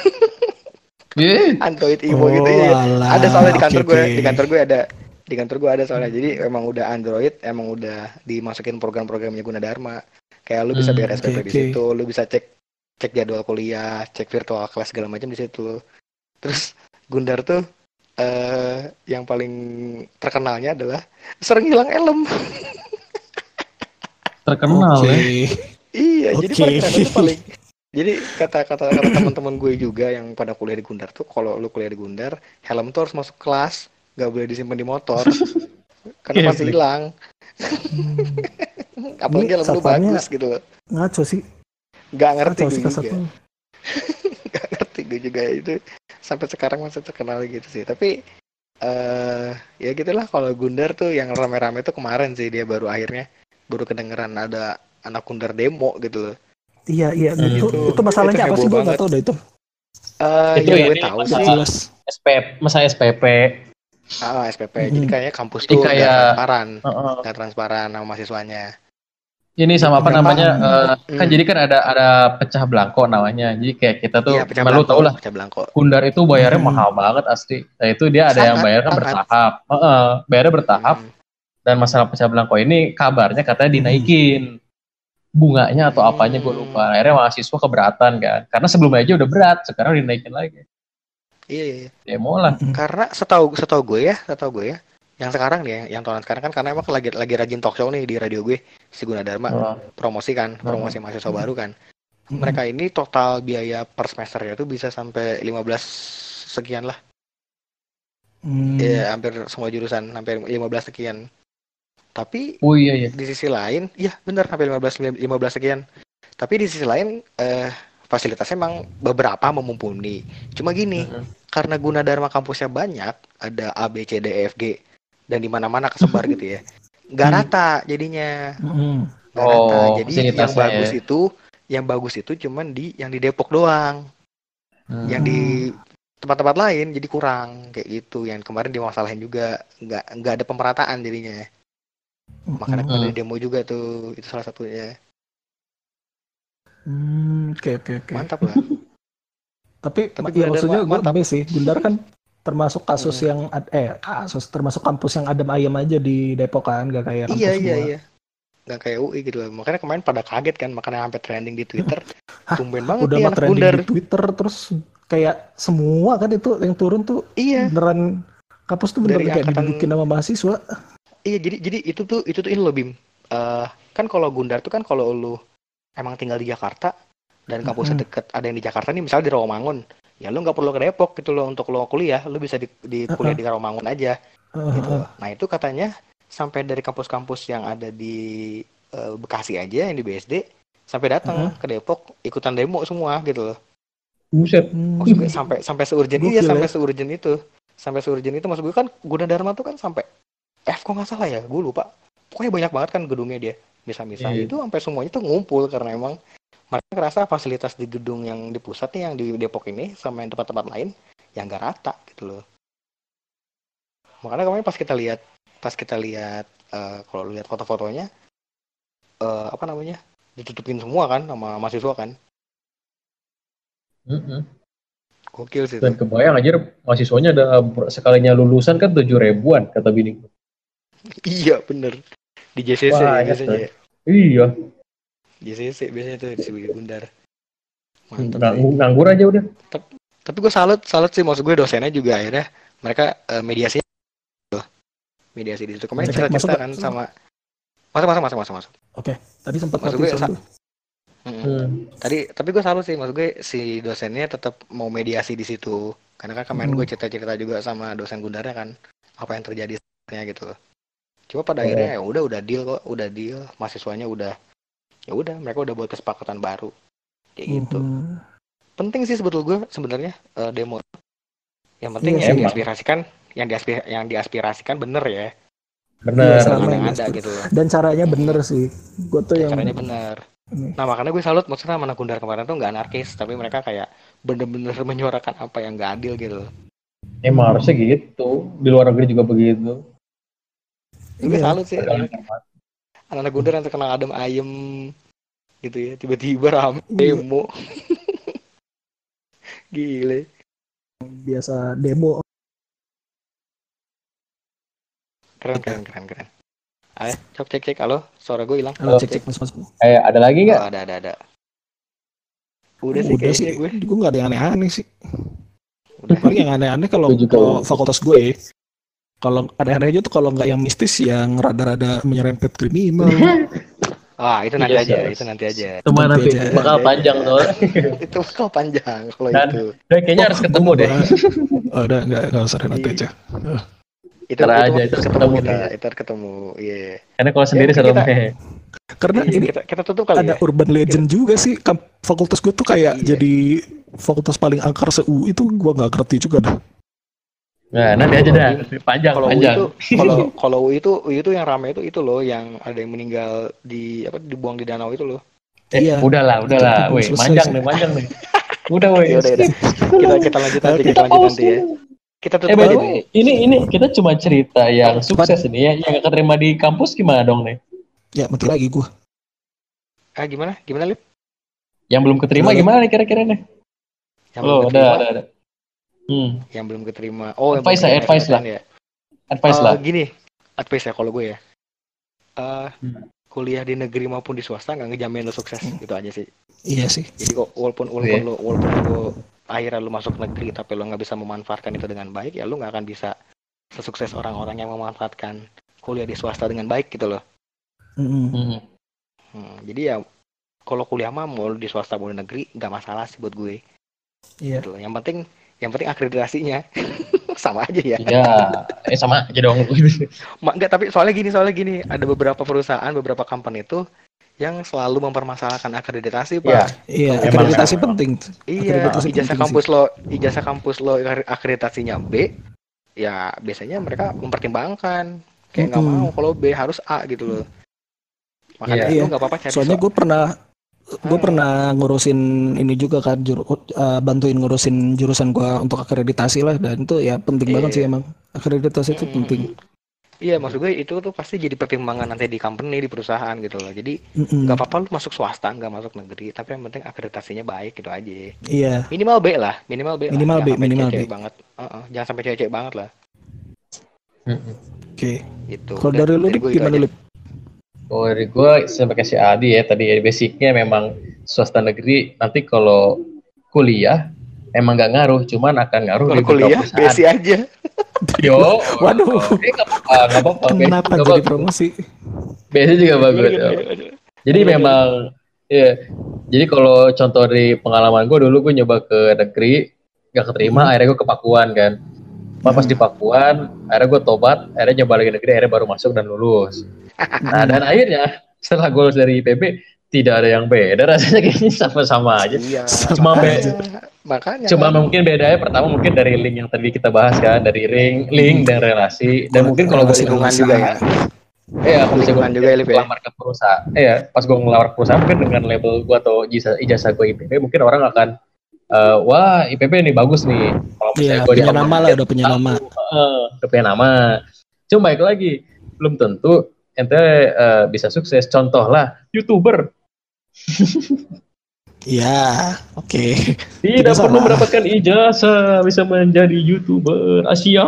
Ih, Android Imo Oh, gitu ya. alah. Ada soalnya di Oke, kantor gue, oke. di kantor gue ada, di kantor gue ada soalnya. Jadi emang udah Android, emang udah dimasukin program-programnya Gunadarma. Kayak lu bisa Hmm, bayar S P P oke, di oke. situ, lu bisa cek cek jadwal kuliah, cek virtual kelas segala macam di situ. Terus Gundar tuh eh yang paling terkenalnya adalah sering hilang helm. terkenal Oke. ya. Iya, jadi Oke. parkirannya tuh paling Jadi kata kata kata teman-teman gue juga yang pada kuliah di Gundar tuh, kalau lu kuliah di Gundar, helm tuh harus masuk kelas, nggak boleh disimpan di motor, karena pasti hilang. Hmm. Apalagi Ini helm lu satpamnya bagus gitu loh. ngaco sih. Nggak ngerti Ngaco gue sih ke juga. satpam. Nggak ngerti gue juga itu. Sampai sekarang masih terkenal gitu sih. Tapi eh ya gitulah, kalau Gundar tuh yang rame-rame tuh kemarin sih, dia baru akhirnya baru kedengeran ada anak Gundar demo gitu loh. Iya iya Hmm. itu Itu- itu masalahnya itu apa heboh sih, gue banget. nggak tahu deh itu. Eh Itu yang gue ini tahu masa- sih Jelas. S P P, masa S P P. ah, S P P. Mm-mm. Jadi kayaknya kampus Jadi tuh nggak kayak- transparan, Heeh. nggak transparan sama mahasiswanya. Ini sama apa Kenapa? namanya? eh, kan Hmm. jadi kan ada ada pecah belangko namanya. Jadi kayak kita tuh, Iya, pecah malu belangko, tau lah. pecah belangko. Gundar itu bayarnya Hmm. mahal banget asli. Nah itu dia ada yang Sangat, bayar kan sangat. bertahap. Heeh, bayarnya bertahap. Hmm. Dan masalah pecah belangko ini kabarnya katanya dinaikin bunganya atau apanya gue lupa. Akhirnya mahasiswa keberatan kan. Karena sebelumnya aja udah berat, sekarang dinaikin lagi. Iya, iya, iya. Demo lah. Mm-mm. Karena setahu setahu gue ya, setahu gue ya, yang sekarang nih, ya, yang tahun sekarang kan, karena emang lagi lagi rajin talk show nih di radio gue, si Gunadarma, Heeh. promosi kan, promosi mahasiswa baru kan. Mm-mm. Mereka ini total biaya per semesternya tuh bisa sampai lima belas sekian lah. Hmm. Ya, hampir semua jurusan hampir lima belas sekian. Tapi Oh iya iya. di sisi lain, iya benar sampai lima belas lima belas sekian. Tapi di sisi lain eh fasilitasnya emang beberapa memumpuni. Cuma gini, Heeh. karena Gunadarma kampusnya banyak, ada A B C D E F G dan di mana-mana kesebar gitu ya. Nggak Hmm. rata jadinya. Mm-mm. Nggak rata. Oh, Jadi yang fasilitasnya bagus ya. itu, yang bagus itu cuman di yang di Depok doang. Hmm. Yang di tempat-tempat lain jadi kurang kayak gitu. Yang kemarin dimasalahin juga, nggak nggak ada pemerataan jadinya. Makanya Mm-mm. pada demo juga tuh, itu salah satunya. Hmm, oke oke oke. Mantap lah. Tapi, Tapi ma- ya Gundar maksudnya mah gue mantap. amazed sih. Gundar kan termasuk kasus Hmm. yang ad- eh kasus termasuk kampus yang adem ayem aja di Depok kan, gak kayak kampus Iya iya gua. iya. Nggak kayak U I gitu loh. Makanya kemarin pada kaget kan, makanya sampai trending di Twitter. Tumben banget Udah nih mah anak trending Gundar. di Twitter terus kayak semua kan itu yang turun tuh Iya. beneran kampus tuh Dari beneran kayak angkatan- didudukin sama mahasiswa. Iya, jadi jadi itu tuh itu tuh ini loh Bim. Eh, kan kalau Gundar tuh kan kalau lu emang tinggal di Jakarta dan kampusnya Mm-mm. deket, ada yang di Jakarta nih misalnya di Rawamangun, ya lu nggak perlu ke Depok gitu loh untuk lo kuliah, lu bisa di, di kuliah di Rawamangun aja gitu. Heeh. Nah itu katanya sampai dari kampus-kampus yang ada di eh, Bekasi aja, yang di B S D, sampai datang ke Depok ikutan demo semua gitu loh. Buset. Hmm. Maksud gue sampai sampai seurgent Gokil iya ya. sampai seurgent itu. Sampai seurgent itu maksud gue kan Gunadarma tuh kan sampai F kok nggak salah ya, gue lupa. Pokoknya banyak banget kan gedungnya dia. Bisa-bisa Iya. itu sampai semuanya tuh ngumpul karena emang mereka ngerasa fasilitas di gedung yang di pusat nih, yang di Depok ini sama yang tempat-tempat lain yang nggak rata gitu loh. Makanya kemarin pas kita lihat pas kita lihat eh, kalau lu lihat foto-fotonya eh, apa namanya? Ditutupin semua kan sama mahasiswa kan. Heeh. Gokil sih Dan itu. kebayang aja mahasiswanya ada sekalinya lulusan kan tujuh ribuan kata bini. Iya bener. Di J C C Wah, ya iya, biasanya. ya. Iya. J C C biasanya tuh di Sebagai Gundar. Mantap sih. Ngang- nganggur aja udah. Tapi gue salut, salut sih, maksud gue dosennya juga akhirnya mereka eh, mediasi loh. Mediasi di situ. Kemarin Cek, masuk cerita-cerita nggak? kan sama masuk masuk masuk masuk masuk. Oke, tadi sempat Maksud mati gue, sound sa- tuh. Mm-mm. Hmm. Tadi tapi gue salut sih, maksud gue si dosennya tetap mau mediasi di situ. Karena kan kemarin Hmm. gue cerita-cerita juga sama dosen Gundarnya kan apa yang terjadi sebenarnya gitu. Cuma pada Oh. akhirnya ya udah udah deal kok, udah deal, mahasiswanya udah ya udah mereka udah buat kesepakatan baru kayak gitu. Mhm. Penting sih sebetulnya gue sebenarnya eh, demo. Yang penting Iya yang sih. diaspirasikan, yang diaspir yang diaspirasikan bener ya. Bener. Iya, sama Jangan yang ada diaspir- gitu loh. Dan caranya bener sih. Gue tuh Ya, yang caranya bener. ini. Nah makanya gue salut, maksudnya sama anak Gundar kemarin tuh nggak anarkis, tapi mereka kayak bener-bener menyuarakan apa yang nggak adil gitu. Emang harusnya gitu. Di luar negeri juga begitu. Gue Iya. salut sih anak- anak-anak Gundar yang terkenal adem ayem gitu ya, tiba-tiba rame Iya. demo. Gile. Biasa demo. Keren keren keren keren. Ayo, cok cek cek, halo, suara gue hilang. Halo, cek cek mas mas. Eh, ada lagi nggak? Oh, ada ada ada. Udah sih Udah sih, kayaknya gue. gue nggak ada yang aneh-aneh sih. Udah. Paling yang aneh-aneh kalau Gue juga. kalau fakultas gue, kalau aneh-aneh aja tuh kalau nggak yang mistis yang rada-rada menyerempet kriminal. Ah, itu nanti Yes, aja, yes. itu nanti aja. Cuma Nanti nanti aja. bakal panjang tuh. Itu bakal panjang kalau Dan, itu. dan kayaknya Oh, harus gua ketemu mau deh. bahas. Oh, udah enggak enggak usah nanti Iya. aja. Oh, Itu Ntar itu aja, mah itu ketemu ketemu kita, kayaknya. itu ketemu. Iya. Karena kalau Ya sendiri mungkin serem kita hehe. karena iya, ini kita kita tutup kali ada ya. urban legend juga sih. Kam- fakultas gue tuh kayak Iya. jadi fakultas paling angker se-U I itu gue nggak ngerti juga dah. Nah, nanti aja dah. Panjang, Kalau U I panjang. itu kalau kalau U I itu U I itu yang ramai itu itu loh yang ada yang meninggal di apa dibuang di danau itu loh. Eh, Iya. udahlah, Itu udahlah. belum Weh, selesai panjang sih. nih, panjang nih. Udah, weh. Ya udah udah. skip. Kita kita lanjut nanti, Oke. kita Kita lanjut pause nanti ya. dulu. Kita Eh, tutup by aja the deh. way, ini ini kita cuma cerita yang Cepat. sukses ini ya, yang gak keterima di kampus gimana dong nih? Ya mati lagi gue. Ah gimana? Gimana Lip? Yang belum keterima Halo. gimana nih kira-kira nih? Yang Oh, belum ada, keterima, ada, ada. Hmm, yang belum keterima. Oh, yang belum advice lah, keterima advice lah, S N M P T N ya. advice Eh, lah. gini, advice ya kalau gue ya. Eh, Hmm. kuliah di negeri maupun di swasta nggak ngejamin lo sukses, gitu aja sih. Iya sih. Jadi kok walaupun walaupun Iya. lo walaupun lo akhirnya lo masuk negeri tapi lo nggak bisa memanfaatkan itu dengan baik, ya lo nggak akan bisa sesukses orang-orang yang memanfaatkan kuliah di swasta dengan baik gitu loh. Mm-mm. Hmm. Hmm, jadi ya kalau kuliah mah mau lo di swasta mau di negeri nggak masalah sih buat gue. Iya. Gitu loh. Yang penting yang penting akreditasinya sama aja ya. Iya, eh sama aja dong. Ma, enggak, tapi soalnya gini, soalnya gini, ada beberapa perusahaan, beberapa company itu yang selalu mempermasalahkan akreditasi, Iya. Pak. Iya. Emang, Akreditasi emang. penting. Iya, Akreditasi ijazah penting kampus lo, ijazah kampus lo akreditasinya B, ya biasanya mereka mempertimbangkan. Kayak nggak Mm-mm. mau kalau B harus A gitu loh. Makanya Iya. lo nggak apa-apa cari Soalnya so- gue pernah gue Hmm. pernah ngurusin ini juga kan juru, uh, bantuin ngurusin jurusan gue untuk akreditasi lah, dan itu ya penting Iya. banget sih emang akreditasi itu Hmm. penting. Iya, maksud gue itu tuh pasti jadi pertimbangan nanti di company, di perusahaan gitu loh. Jadi Mm-mm. nggak apa-apa lu masuk swasta, nggak masuk negeri, tapi yang penting akreditasinya baik gitu aja. Iya. Minimal B lah, minimal B Minimal lah. B, Jangan sampai minimal cewek B. banget. Uh-uh, jangan sampai cewek banget lah. Hmm. Oke. Gitu. Kalau Udah, dari lu dari Lip, gue itu gimana aja. Lip? Oh, dari gue sama kayak si Adi ya tadi ya, basicnya memang swasta negeri nanti kalau kuliah emang nggak ngaruh, cuman akan ngaruh Kalau di beberapa kuliah, perusahaan. besi aja. Yo, Waduh. eh nggak apa-apa, nggak apa-apa. Kenapa Nggak jadi bagus. promosi? Besi juga bagus. Gimana, Ya. gimana, gimana? Jadi Gimana, memang, ya. Jadi kalau contoh dari pengalaman gue dulu gue nyoba ke negeri, nggak keterima, Hmm. akhirnya gue ke Pakuan kan. Pas pas di Pakuan, akhirnya gue tobat, akhirnya nyoba lagi negeri, akhirnya baru masuk dan lulus. Nah, dan akhirnya setelah gue lulus dari I P B, tidak ada yang beda, rasanya kayaknya sama-sama aja. Iya, Cuma makanya, makanya Cuma kan. mungkin bedanya pertama mungkin dari link yang tadi kita bahas kan, dari link, link dan relasi, dan mungkin kalau gue Relasi lingkungan relasi. juga ya. Iya, kalau misalnya Lingkungan juga ya, Lip, ya? ngelamar ke perusahaan, iya, pas gue ngelamar ke perusahaan mungkin dengan label gue atau ijazah, ijazah gue I P B, mungkin orang akan, eh, wah I P B nih bagus nih. Kalau misalnya Iya, gue punya nama lah, udah punya nama. uh, udah punya nama. Cuma baik lagi, belum tentu ente eh, bisa sukses. Contoh lah, YouTuber. Iya, oke. Tidak Tidak perlu salah. mendapatkan ijazah bisa menjadi YouTuber Asia.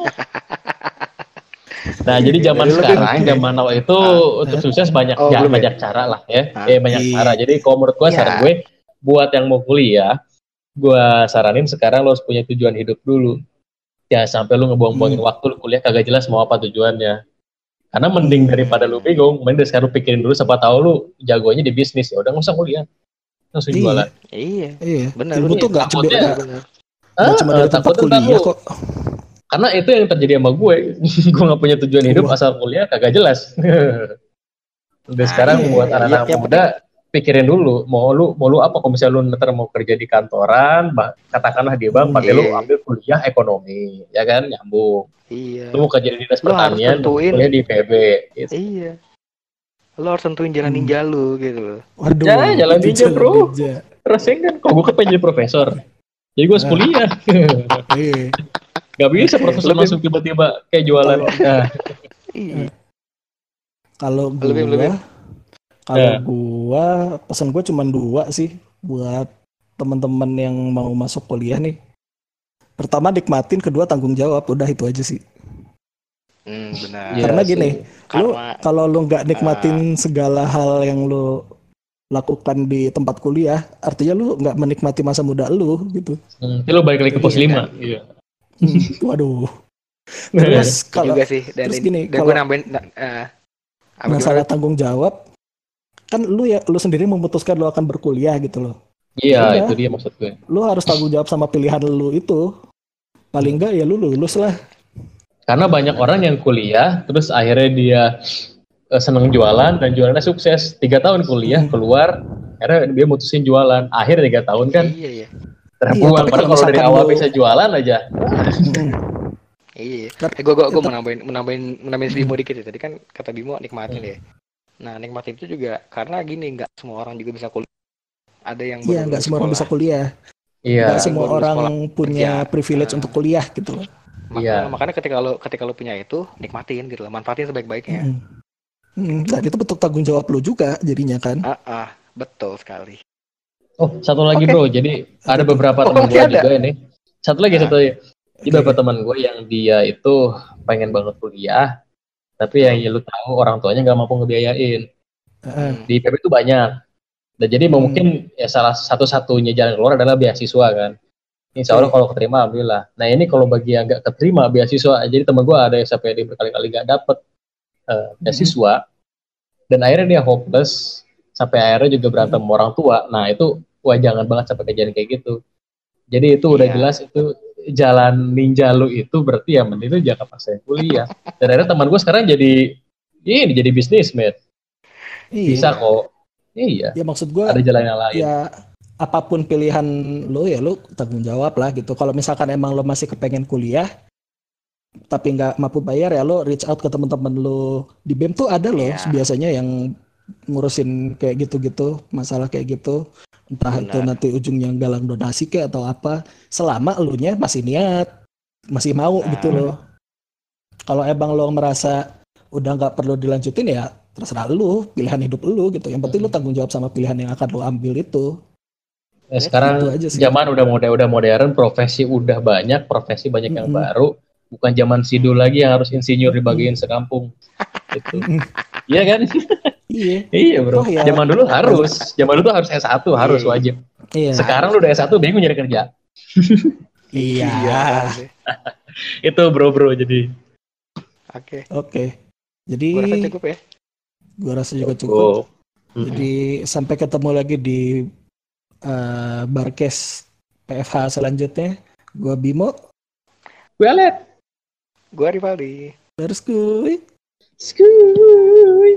Nah, jadi zaman Jadi lu sekarang, lebih- zaman now itu Ah, untuk sukses banyak Oh, ja- belum ya? banyak cara lah ya. Ah, Eh banyak iya. cara. Jadi kalau menurut gua Iya. saran gue buat yang mau kuliah, gua saranin sekarang lo harus punya tujuan hidup dulu. Ya sampai lu ngebuang-buangin Hmm. waktu lu kuliah kagak jelas mau apa tujuannya. Karena mending Hmm. daripada lu bingung, mending dari sekarang lu pikirin dulu, siapa tahu lu jagonya di bisnis, ya udah nggak usah kuliah, langsung Iya. jualan. Iya, Iya. benar. Ilmu tuh nggak cuma Takutnya- nggak- benar. nggak Ah, cuma eh, dari tempat takutnya ntar kuliah lu- kok. Karena itu yang terjadi sama gue. Gue nggak punya tujuan hidup, Wah. asal kuliah kagak jelas. Udah Ah, sekarang iya, buat iya, anak-anak iya, muda, pikirin dulu mau lu mau lu apa. Kalau misalnya lu ntar mau kerja di kantoran, bah, katakanlah di bank, Hmm, pakai lu iya. ambil kuliah ekonomi, ya kan, nyambung. Iya. Lu mau kerja di dinas Lu harus pertanian, tentuin. kuliah di P B. Gitu. Iya. Lo harus tentuin jalan Hmm. ninja lu gitu loh. Waduh. Ya, jalan itu ninja, jalan bro. ninja. Rasanya kan, kok gue kan pengen jadi profesor, jadi gue harus Ah. kuliah. Iya. Gak bisa profesor Lebih- langsung tiba-tiba kayak jualan. Nah, Iya. Kalau Lebih- gua, lebih. kalau Ya. gua pesan gua cuma dua sih buat teman-teman yang mau masuk kuliah nih. Pertama nikmatin, kedua tanggung jawab. Udah itu aja sih. Hmm, benar. Iya Karena sih. gini, lu Karena kalau lu nggak Ah. nikmatin segala hal yang lu lakukan di tempat kuliah, artinya lu nggak menikmati masa muda lu gitu. Hmm, nanti lo balik lagi ke pos Iya, lima. Iya. Hmm, waduh. Terus kalau juga sih dan terus ini- gini, dan gue kalau nambahin na- eh, apa masalah gimana? tanggung jawab, kan lu ya lu sendiri memutuskan lu akan berkuliah gitu loh. Iya, Udah. itu dia maksud gue. Lu harus tanggung jawab sama pilihan lu itu. Paling enggak ya lu lulus lah. Karena banyak orang yang kuliah, terus akhirnya dia uh, seneng jualan dan jualannya sukses. Tiga tahun kuliah Hmm. keluar, akhirnya dia mutusin jualan. Akhir tiga tahun kan Iya, iya. terbuang. Iya, tapi Padahal kalau kalau dari misalkan awal lu- bisa jualan aja. Hmm. Iya. Kan- Eh, gue gue gue itu- menambahin menambahin menambahin si Bimo dikit ya. Tadi kan kata Bimo nikmatin ya. Nah nikmatin itu juga karena gini, nggak semua orang juga bisa kuliah. Ada yang Iya, baru nggak semua orang bisa sekolah. kuliah. Iya. Nggak semua baru orang sekolah punya kerja. privilege Ah. untuk kuliah gitu loh. Makanya, Iya. makanya ketika lo ketika lo punya itu nikmatin gitu loh, manfaatin sebaik-baiknya. Hmm. Hmm, Dan itu bentuk tanggung jawab lu juga jadinya kan. Ah, ah, betul sekali. Oh, satu lagi Oke. bro. Jadi ada Apa tuh? beberapa Oh, teman masih gue ada? juga ini. Satu lagi, Ah. satu lagi. Jadi Oke. beberapa teman gue yang dia itu pengen banget kuliah, tapi yang ya lu tahu orang tuanya nggak mampu ngebiayain. Heeh. Hmm. Di I P B itu banyak. Dan jadi Hmm. mungkin ya salah satu-satunya jalan keluar adalah beasiswa kan. Insya Allah Oke. kalau keterima alhamdulillah. Nah ini kalau bagi yang nggak keterima beasiswa, jadi teman gue ada yang sampai dia berkali-kali nggak dapet uh, beasiswa, dan akhirnya dia hopeless, sampai akhirnya juga berantem sama orang tua. Nah itu wah jangan banget sampai kejadian kayak gitu. Jadi itu udah Iya. jelas itu jalan ninja lu itu berarti ya mending lu jangan paksain kuliah. Dan akhirnya teman gue sekarang jadi ini jadi bisnismen. Iya. Bisa kok. Iya. Ya maksud gua Ada jalan yang lain. ya apapun pilihan lu ya lu tanggung jawab lah gitu. Kalau misalkan emang lu masih kepengen kuliah tapi nggak mampu bayar ya lu reach out ke teman-teman lu di B E M tuh ada loh Iya. biasanya yang ngurusin kayak gitu-gitu, masalah kayak gitu. Entah itu Benar. nanti ujungnya galang donasi kayak atau apa. Selama elunya masih niat, masih mau Nah. gitu loh. Kalau emang lo merasa udah nggak perlu dilanjutin ya terserah lu, pilihan hidup lu gitu. Yang penting lu tanggung jawab sama pilihan yang akan lu ambil itu. Nah, sekarang Gitu aja sih. zaman udah modern, udah modern, profesi udah banyak, profesi banyak yang Mm-mm. baru. Bukan zaman sidul lagi yang harus insinyur dibagiin sekampung. Gitu. Mm-mm. Iya kan? Iya, Iya bro. Oh, ya. Zaman dulu harus, zaman dulu tuh harus S satu, harus Iya. wajib. iya, Sekarang lu udah S satu bingung nyari kerja. iya. sih. Itu bro-bro jadi. Oke. Oke. Jadi Gue rasa cukup ya. gua rasa juga cukup. Oh. Jadi sampai ketemu lagi di eh, Barcase P F H selanjutnya. Gua Bimo, Gue Alet. Gue Rivaldi. terus kuy. Skuy.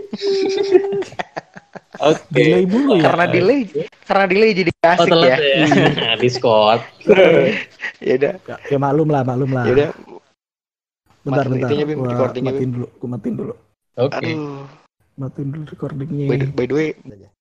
Oke. Delay mulu ya. Karena delay, karena delay jadi Oh, asik telat ya. ya. Discord. Ya udah, Ya, ya maklum lah, maklum lah. ya udah. Bentar, Matiin bentar. itunya, Bim, Gua recordingnya, matiin dulu, gua matiin dulu. Oke. Aduh. Matiin dulu recordingnya. By the, by the way,